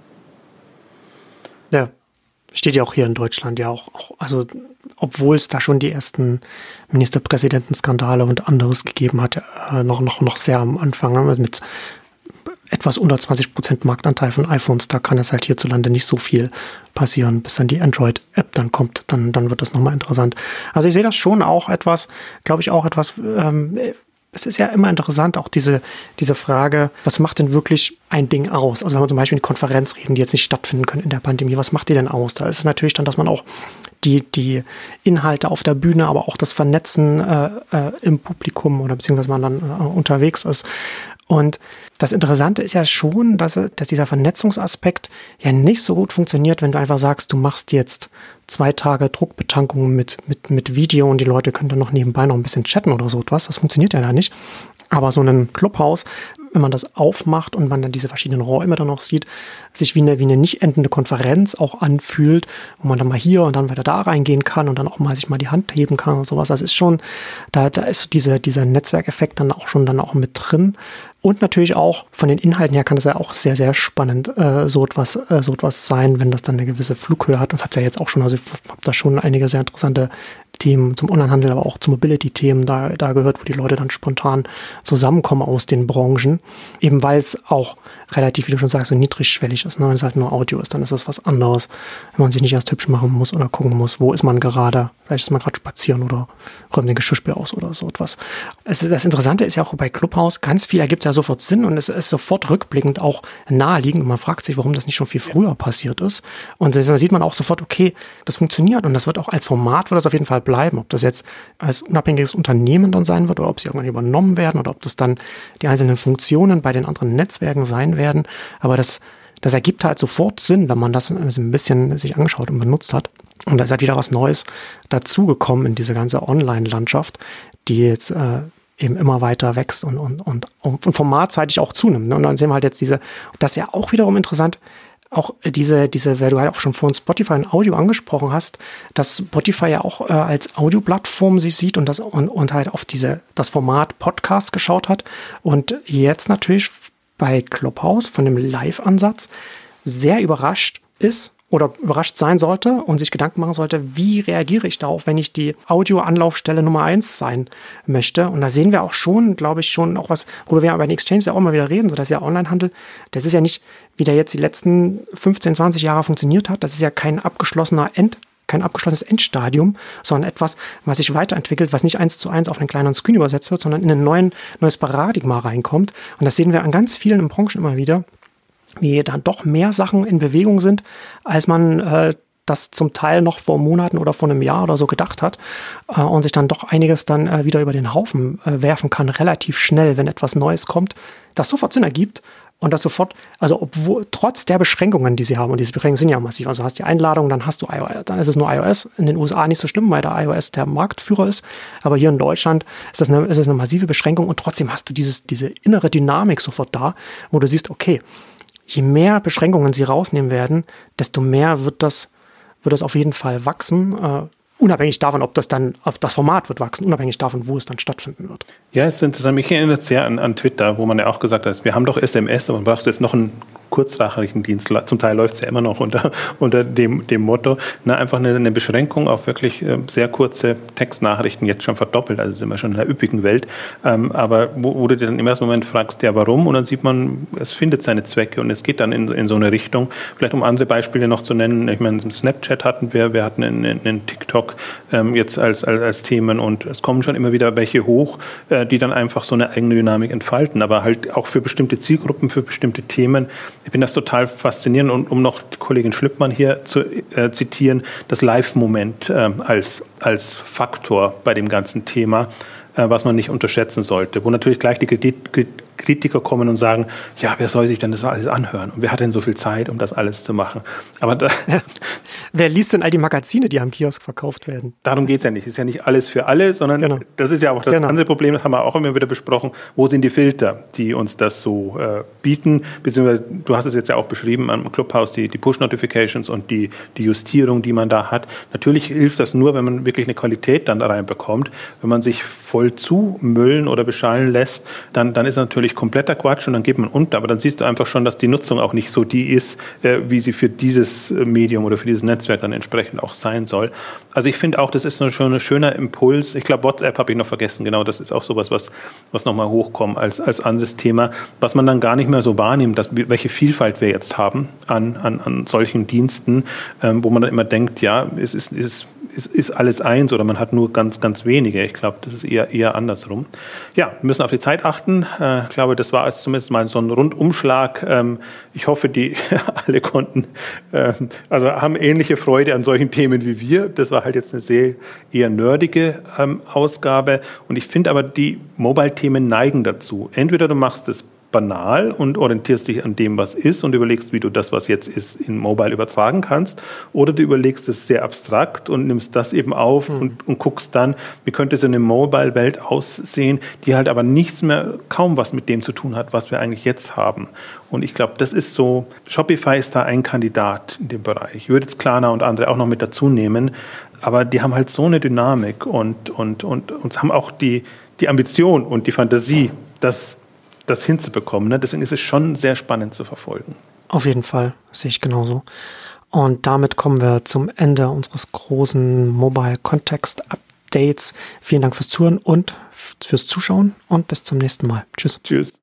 Ja. Steht ja auch hier in Deutschland ja auch, auch, also obwohl es da schon die ersten Ministerpräsidentenskandale und anderes gegeben hat, äh, noch, noch, noch sehr am Anfang, ne, mit etwas unter zwanzig Prozent Marktanteil von iPhones, da kann es halt hierzulande nicht so viel passieren, bis dann die Android-App dann kommt, dann, dann wird das nochmal interessant. Also ich sehe das schon auch etwas, glaube ich auch etwas, ähm, es ist ja immer interessant, auch diese, diese Frage, was macht denn wirklich ein Ding aus? Also wenn wir zum Beispiel eine Konferenz reden, die jetzt nicht stattfinden können in der Pandemie, was macht die denn aus? Da ist es natürlich dann, dass man auch die, die Inhalte auf der Bühne, aber auch das Vernetzen äh, äh, im Publikum oder beziehungsweise man dann äh, unterwegs ist. Und das Interessante ist ja schon, dass, dass dieser Vernetzungsaspekt ja nicht so gut funktioniert, wenn du einfach sagst, du machst jetzt zwei Tage Druckbetankung mit, mit, mit Video und die Leute können dann noch nebenbei noch ein bisschen chatten oder so etwas. Das funktioniert ja da nicht. Aber so ein Clubhouse, wenn man das aufmacht und man dann diese verschiedenen Räume dann noch sieht, sich wie eine, wie eine nicht endende Konferenz auch anfühlt, wo man dann mal hier und dann weiter da reingehen kann und dann auch mal sich mal die Hand heben kann und sowas. Das ist schon, da, da ist diese, dieser Netzwerkeffekt dann auch schon dann auch mit drin. Und natürlich auch von den Inhalten her kann das ja auch sehr, sehr spannend äh, so etwas, äh, so etwas sein, wenn das dann eine gewisse Flughöhe hat. Das hat es ja jetzt auch schon, also ich habe da schon einige sehr interessante Themen zum Onlinehandel, aber auch zu Mobility-Themen da, da gehört, wo die Leute dann spontan zusammenkommen aus den Branchen. Eben weil es auch relativ, wie du schon sagst, so niedrigschwellig ist. Ne? Wenn es halt nur Audio ist, dann ist das was anderes. Wenn man sich nicht erst hübsch machen muss oder gucken muss, wo ist man gerade. Vielleicht ist man gerade spazieren oder räumt den Geschirrspül aus oder so etwas. Es ist, das Interessante ist ja auch bei Clubhouse, ganz viel ergibt ja sofort Sinn und es ist sofort rückblickend auch naheliegend und man fragt sich, warum das nicht schon viel früher passiert ist. Und da sieht man auch sofort, okay, das funktioniert und das wird auch als Format, wird das auf jeden Fall bleiben. Ob das jetzt als unabhängiges Unternehmen dann sein wird oder ob sie irgendwann übernommen werden oder ob das dann die einzelnen Funktionen bei den anderen Netzwerken sein werden. Aber das, das ergibt halt sofort Sinn, wenn man das ein bisschen sich angeschaut und benutzt hat. Und da ist halt wieder was Neues dazugekommen in diese ganze Online-Landschaft, die jetzt äh, eben immer weiter wächst und, und, und, und formatseitig auch zunimmt. Und dann sehen wir halt jetzt diese, das ist ja auch wiederum interessant, auch diese, diese, weil du halt auch schon vorhin Spotify und Audio angesprochen hast, dass Spotify ja auch äh, als Audioplattform sich sieht und das und, und halt auf diese, das Format Podcast geschaut hat und jetzt natürlich bei Clubhouse von dem Live-Ansatz sehr überrascht ist oder überrascht sein sollte und sich Gedanken machen sollte, wie reagiere ich darauf, wenn ich die Audio-Anlaufstelle Nummer eins sein möchte. Und da sehen wir auch schon, glaube ich, schon auch was, worüber wir bei den Exchanges ja auch mal wieder reden, so dass ja Onlinehandel, das ist ja nicht, wie der jetzt die letzten fünfzehn, zwanzig Jahre funktioniert hat, das ist ja kein abgeschlossener End, kein abgeschlossenes Endstadium, sondern etwas, was sich weiterentwickelt, was nicht eins zu eins auf einen kleineren Screen übersetzt wird, sondern in ein neuen, neues Paradigma reinkommt. Und das sehen wir an ganz vielen in Branchen immer wieder, wie dann doch mehr Sachen in Bewegung sind, als man äh, das zum Teil noch vor Monaten oder vor einem Jahr oder so gedacht hat äh, und sich dann doch einiges dann äh, wieder über den Haufen äh, werfen kann, relativ schnell, wenn etwas Neues kommt, das sofort Sinn ergibt und das sofort, also obwohl, trotz der Beschränkungen, die sie haben, und diese Beschränkungen sind ja massiv, also hast die Einladung, dann hast du iOS, dann ist es nur iOS, in den U S A nicht so schlimm, weil der iOS der Marktführer ist, aber hier in Deutschland ist das eine, ist das eine massive Beschränkung und trotzdem hast du dieses, diese innere Dynamik sofort da, wo du siehst, okay, je mehr Beschränkungen sie rausnehmen werden, desto mehr wird das, wird das auf jeden Fall wachsen, äh, unabhängig davon, ob das dann, ob das Format wird wachsen, unabhängig davon, wo es dann stattfinden wird. Ja, es ist interessant. Mich erinnert es sehr an, an Twitter, wo man ja auch gesagt hat, wir haben doch S M S, aber man braucht jetzt noch einen Kurznachrichtendienst. Zum Teil läuft es ja immer noch unter, unter dem, dem Motto, na, einfach eine, eine Beschränkung auf wirklich äh, sehr kurze Textnachrichten, jetzt schon verdoppelt, also sind wir schon in einer üppigen Welt. Ähm, aber wo, wo du dir dann im ersten Moment fragst, ja, warum? Und dann sieht man, es findet seine Zwecke und es geht dann in, in so eine Richtung. Vielleicht um andere Beispiele noch zu nennen, ich meine, Snapchat hatten wir, wir hatten einen, einen TikTok ähm, jetzt als, als, als Themen und es kommen schon immer wieder welche hoch, äh, die dann einfach so eine eigene Dynamik entfalten, aber halt auch für bestimmte Zielgruppen, für bestimmte Themen. Ich finde das total faszinierend und um noch die Kollegin Schlippmann hier zu äh, zitieren, das Live-Moment äh, als, als Faktor bei dem ganzen Thema, äh, was man nicht unterschätzen sollte, wo natürlich gleich die Kritiker kommen und sagen, ja, wer soll sich denn das alles anhören und wer hat denn so viel Zeit, um das alles zu machen? Aber da, ja. Wer liest denn all die Magazine, die am Kiosk verkauft werden? Darum geht es ja nicht. Es ist ja nicht alles für alle, sondern genau. Das ist ja auch das genau. andere Problem, das haben wir auch immer wieder besprochen. Wo sind die Filter, die uns das so äh, bieten? Beziehungsweise, du hast es jetzt ja auch beschrieben am Clubhouse, die, die Push-Notifications und die, die Justierung, die man da hat. Natürlich hilft das nur, wenn man wirklich eine Qualität dann da reinbekommt. Wenn man sich voll zumüllen oder beschallen lässt, dann, dann ist natürlich kompletter Quatsch und dann geht man unter. Aber dann siehst du einfach schon, dass die Nutzung auch nicht so die ist, äh, wie sie für dieses Medium oder für dieses Netzwerk dann entsprechend auch sein soll. Also ich finde auch, das ist schon ein schöner Impuls. Ich glaube, WhatsApp habe ich noch vergessen. Genau, das ist auch sowas, was, was nochmal hochkommt als, als anderes Thema, was man dann gar nicht mehr so wahrnimmt, dass, welche Vielfalt wir jetzt haben an, an, an solchen Diensten, ähm, wo man dann immer denkt, ja, es ist, ist Ist, ist alles eins oder man hat nur ganz, ganz wenige. Ich glaube, das ist eher, eher andersrum. Ja, wir müssen auf die Zeit achten. Äh, ich glaube, das war jetzt zumindest mal so ein Rundumschlag. Ähm, ich hoffe, die alle konnten, äh, also haben ähnliche Freude an solchen Themen wie wir. Das war halt jetzt eine sehr eher nerdige ähm, Ausgabe. Und ich finde aber, die Mobile-Themen neigen dazu. Entweder du machst es banal und orientierst dich an dem, was ist und überlegst, wie du das, was jetzt ist, in Mobile übertragen kannst. Oder du überlegst es sehr abstrakt und nimmst das eben auf mhm. und, und guckst dann, wie könnte so eine Mobile-Welt aussehen, die halt aber nichts mehr, kaum was mit dem zu tun hat, was wir eigentlich jetzt haben. Und ich glaube, das ist so, Shopify ist da ein Kandidat in dem Bereich. Ich würde jetzt Klarna und andere auch noch mit dazu nehmen, aber die haben halt so eine Dynamik und, und, und, und haben auch die, die Ambition und die Fantasie, das das hinzubekommen. Ne? Deswegen ist es schon sehr spannend zu verfolgen. Auf jeden Fall, das sehe ich genauso. Und damit kommen wir zum Ende unseres großen Mobile Context Updates. Vielen Dank fürs Zuhören und fürs Zuschauen und bis zum nächsten Mal. Tschüss. Tschüss.